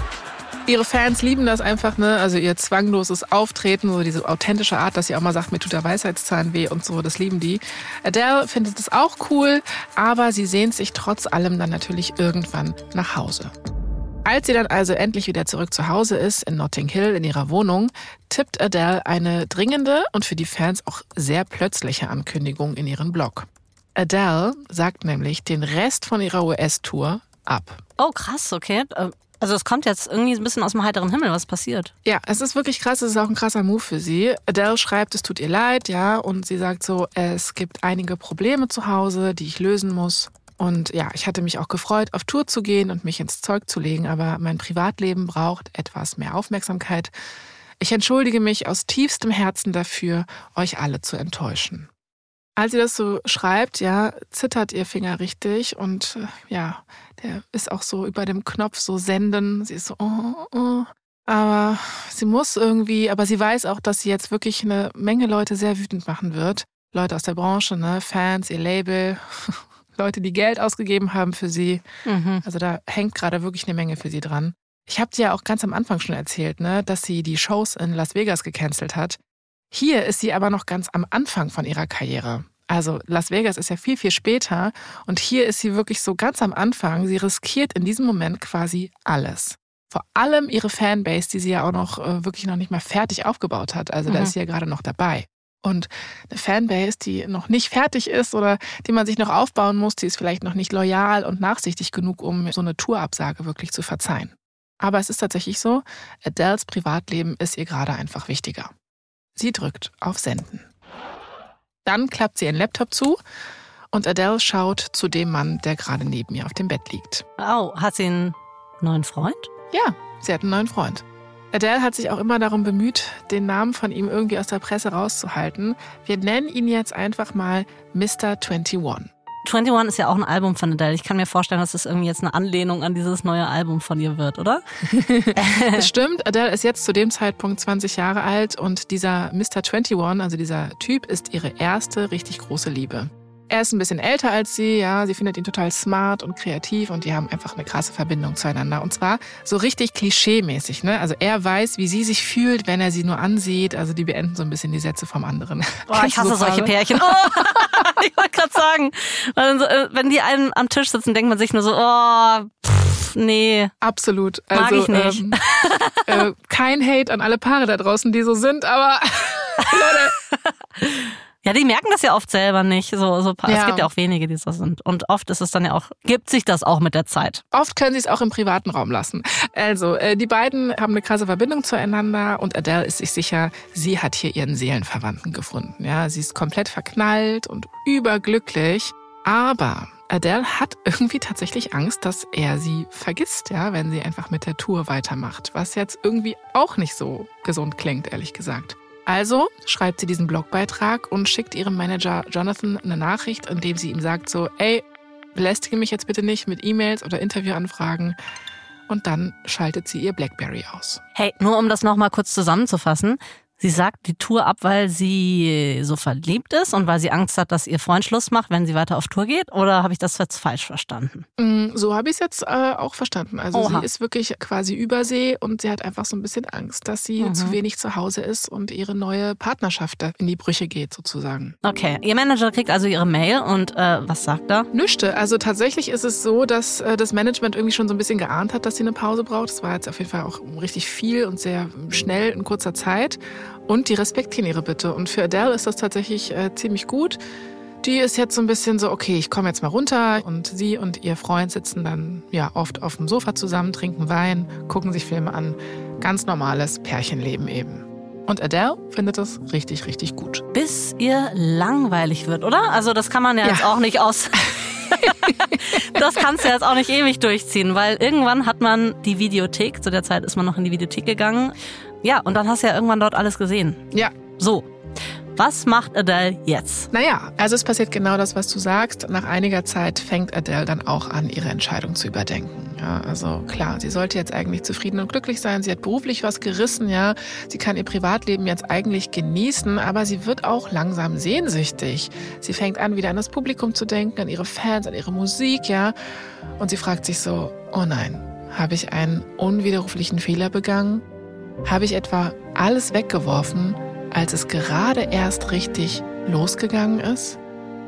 Ihre Fans lieben das einfach, ne? Also ihr zwangloses Auftreten, so diese authentische Art, dass sie auch mal sagt, mir tut der Weisheitszahn weh und so, das lieben die. Adele findet es auch cool, aber sie sehnt sich trotz allem dann natürlich irgendwann nach Hause. Als sie dann also endlich wieder zurück zu Hause ist, in Notting Hill, in ihrer Wohnung, tippt Adele eine dringende und für die Fans auch sehr plötzliche Ankündigung in ihren Blog. Adele sagt nämlich den Rest von ihrer U S-Tour ab. Oh, krass, okay. Also es kommt jetzt irgendwie ein bisschen aus dem heiteren Himmel, was passiert. Ja, es ist wirklich krass, es ist auch ein krasser Move für sie. Adele schreibt, es tut ihr leid, ja, und sie sagt so, es gibt einige Probleme zu Hause, die ich lösen muss. Und ja, ich hatte mich auch gefreut, auf Tour zu gehen und mich ins Zeug zu legen, aber mein Privatleben braucht etwas mehr Aufmerksamkeit. Ich entschuldige mich aus tiefstem Herzen dafür, euch alle zu enttäuschen. Als sie das so schreibt, ja, zittert ihr Finger richtig und äh, ja, der ist auch so über dem Knopf so senden. Sie ist so, oh, oh. Aber sie muss irgendwie, aber sie weiß auch, dass sie jetzt wirklich eine Menge Leute sehr wütend machen wird. Leute aus der Branche, ne, Fans, ihr Label, Leute, die Geld ausgegeben haben für sie. Mhm. Also da hängt gerade wirklich eine Menge für sie dran. Ich habe dir ja auch ganz am Anfang schon erzählt, ne, dass sie die Shows in Las Vegas gecancelt hat. Hier ist sie aber noch ganz am Anfang von ihrer Karriere. Also Las Vegas ist ja viel, viel später und hier ist sie wirklich so ganz am Anfang. Sie riskiert in diesem Moment quasi alles. Vor allem ihre Fanbase, die sie ja auch noch äh, wirklich noch nicht mal fertig aufgebaut hat. Also da Mhm. ist sie ja gerade noch dabei. Und eine Fanbase, die noch nicht fertig ist oder die man sich noch aufbauen muss, die ist vielleicht noch nicht loyal und nachsichtig genug, um so eine Tourabsage wirklich zu verzeihen. Aber es ist tatsächlich so, Adeles Privatleben ist ihr gerade einfach wichtiger. Sie drückt auf Senden. Dann klappt sie ihren Laptop zu und Adele schaut zu dem Mann, der gerade neben ihr auf dem Bett liegt. Oh, hat sie einen neuen Freund? Ja, sie hat einen neuen Freund. Adele hat sich auch immer darum bemüht, den Namen von ihm irgendwie aus der Presse rauszuhalten. Wir nennen ihn jetzt einfach mal Mister einundzwanzig. einundzwanzig ist ja auch ein Album von Adele. Ich kann mir vorstellen, dass das irgendwie jetzt eine Anlehnung an dieses neue Album von ihr wird, oder? Es stimmt, Adele ist jetzt zu dem Zeitpunkt zwanzig Jahre alt und dieser Mister einundzwanzig, also dieser Typ, ist ihre erste richtig große Liebe. Er ist ein bisschen älter als sie, ja, sie findet ihn total smart und kreativ und die haben einfach eine krasse Verbindung zueinander. Und zwar so richtig klischee-mäßig, ne? Also er weiß, wie sie sich fühlt, wenn er sie nur ansieht. Also die beenden so ein bisschen die Sätze vom anderen. Boah, ich hasse solche Pärchen. Oh, ich wollte gerade sagen, also, wenn die einen am Tisch sitzen, denkt man sich nur so, oh, pff, nee. Absolut. Mag Also, ich nicht. Ähm, äh, kein Hate an alle Paare da draußen, die so sind, aber Leute. Ja, die merken das ja oft selber nicht. So, so, Ja. Es gibt ja auch wenige, die so sind. Und oft ist es dann ja auch, gibt sich das auch mit der Zeit. Oft können sie es auch im privaten Raum lassen. Also, äh, die beiden haben eine krasse Verbindung zueinander und Adele ist sich sicher, sie hat hier ihren Seelenverwandten gefunden. Ja, sie ist komplett verknallt und überglücklich. Aber Adele hat irgendwie tatsächlich Angst, dass er sie vergisst, ja, wenn sie einfach mit der Tour weitermacht. Was jetzt irgendwie auch nicht so gesund klingt, ehrlich gesagt. Also schreibt sie diesen Blogbeitrag und schickt ihrem Manager Jonathan eine Nachricht, in dem sie ihm sagt so, ey, belästige mich jetzt bitte nicht mit E-Mails oder Interviewanfragen. Und dann schaltet sie ihr Blackberry aus. Hey, nur um das nochmal kurz zusammenzufassen. Sie sagt die Tour ab, weil sie so verliebt ist und weil sie Angst hat, dass ihr Freund Schluss macht, wenn sie weiter auf Tour geht? Oder habe ich das jetzt falsch verstanden? Mm, So habe ich es jetzt äh, auch verstanden. Also Oha. sie ist wirklich quasi Übersee und sie hat einfach so ein bisschen Angst, dass sie Mhm. zu wenig zu Hause ist und ihre neue Partnerschaft da in die Brüche geht sozusagen. Okay, ihr Manager kriegt also ihre Mail und äh, was sagt er? Nüchte. Also tatsächlich ist es so, dass äh, das Management irgendwie schon so ein bisschen geahnt hat, dass sie eine Pause braucht. Das war jetzt auf jeden Fall auch richtig viel und sehr schnell in kurzer Zeit. Und die respektieren ihre Bitte. Und für Adele ist das tatsächlich äh, ziemlich gut. Die ist jetzt so ein bisschen so, okay, ich komme jetzt mal runter. Und sie und ihr Freund sitzen dann ja oft auf dem Sofa zusammen, trinken Wein, gucken sich Filme an. Ganz normales Pärchenleben eben. Und Adele findet das richtig, richtig gut. Bis ihr langweilig wird, oder? Also das kann man ja, Ja. jetzt auch nicht aus... Das kannst du jetzt auch nicht ewig durchziehen, weil irgendwann hat man die Videothek, zu der Zeit ist man noch in die Videothek gegangen. Ja, und dann hast du ja irgendwann dort alles gesehen. Ja. So, was macht Adele jetzt? Naja, also es passiert genau das, was du sagst. Nach einiger Zeit fängt Adele dann auch an, ihre Entscheidung zu überdenken. Ja, also klar, sie sollte jetzt eigentlich zufrieden und glücklich sein. Sie hat beruflich was gerissen, ja. Sie kann ihr Privatleben jetzt eigentlich genießen, aber sie wird auch langsam sehnsüchtig. Sie fängt an, wieder an das Publikum zu denken, an ihre Fans, an ihre Musik, ja. Und sie fragt sich so, oh nein, habe ich einen unwiderruflichen Fehler begangen? Habe ich etwa alles weggeworfen, als es gerade erst richtig losgegangen ist?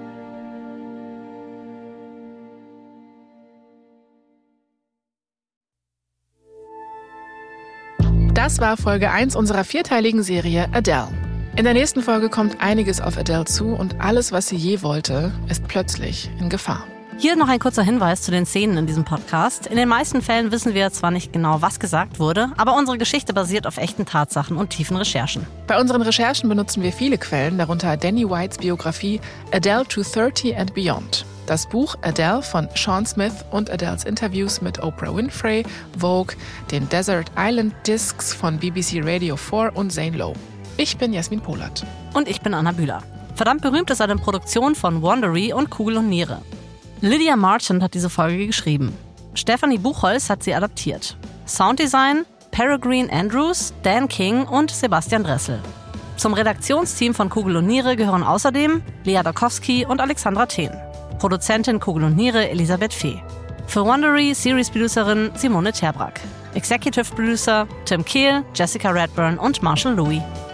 Das war Folge eins unserer vierteiligen Serie Adele. In der nächsten Folge kommt einiges auf Adele zu und alles, was sie je wollte, ist plötzlich in Gefahr. Hier noch ein kurzer Hinweis zu den Szenen in diesem Podcast. In den meisten Fällen wissen wir zwar nicht genau, was gesagt wurde, aber unsere Geschichte basiert auf echten Tatsachen und tiefen Recherchen. Bei unseren Recherchen benutzen wir viele Quellen, darunter Danny Whites Biografie Adele to thirty and Beyond, das Buch Adele von Sean Smith und Adeles Interviews mit Oprah Winfrey, Vogue, den Desert Island Discs von B B C Radio vier und Zane Lowe. Ich bin Jasmin Polat. Und ich bin Anna Bühler. Verdammt berühmt ist eine Produktion von Wondery und Kugel und Niere. Lydia Marchant hat diese Folge geschrieben. Stephanie Buchholz hat sie adaptiert. Sounddesign Peregrine Andrews, Dan King und Sebastian Dressel. Zum Redaktionsteam von Kugel und Niere gehören außerdem Lea Dokowski und Alexandra Thehn. Produzentin Kugel und Niere Elisabeth Fee. Für Wondery Series-Producerin Simone Terbrack. Executive Producer Tim Kehl, Jessica Redburn und Marshall Louis.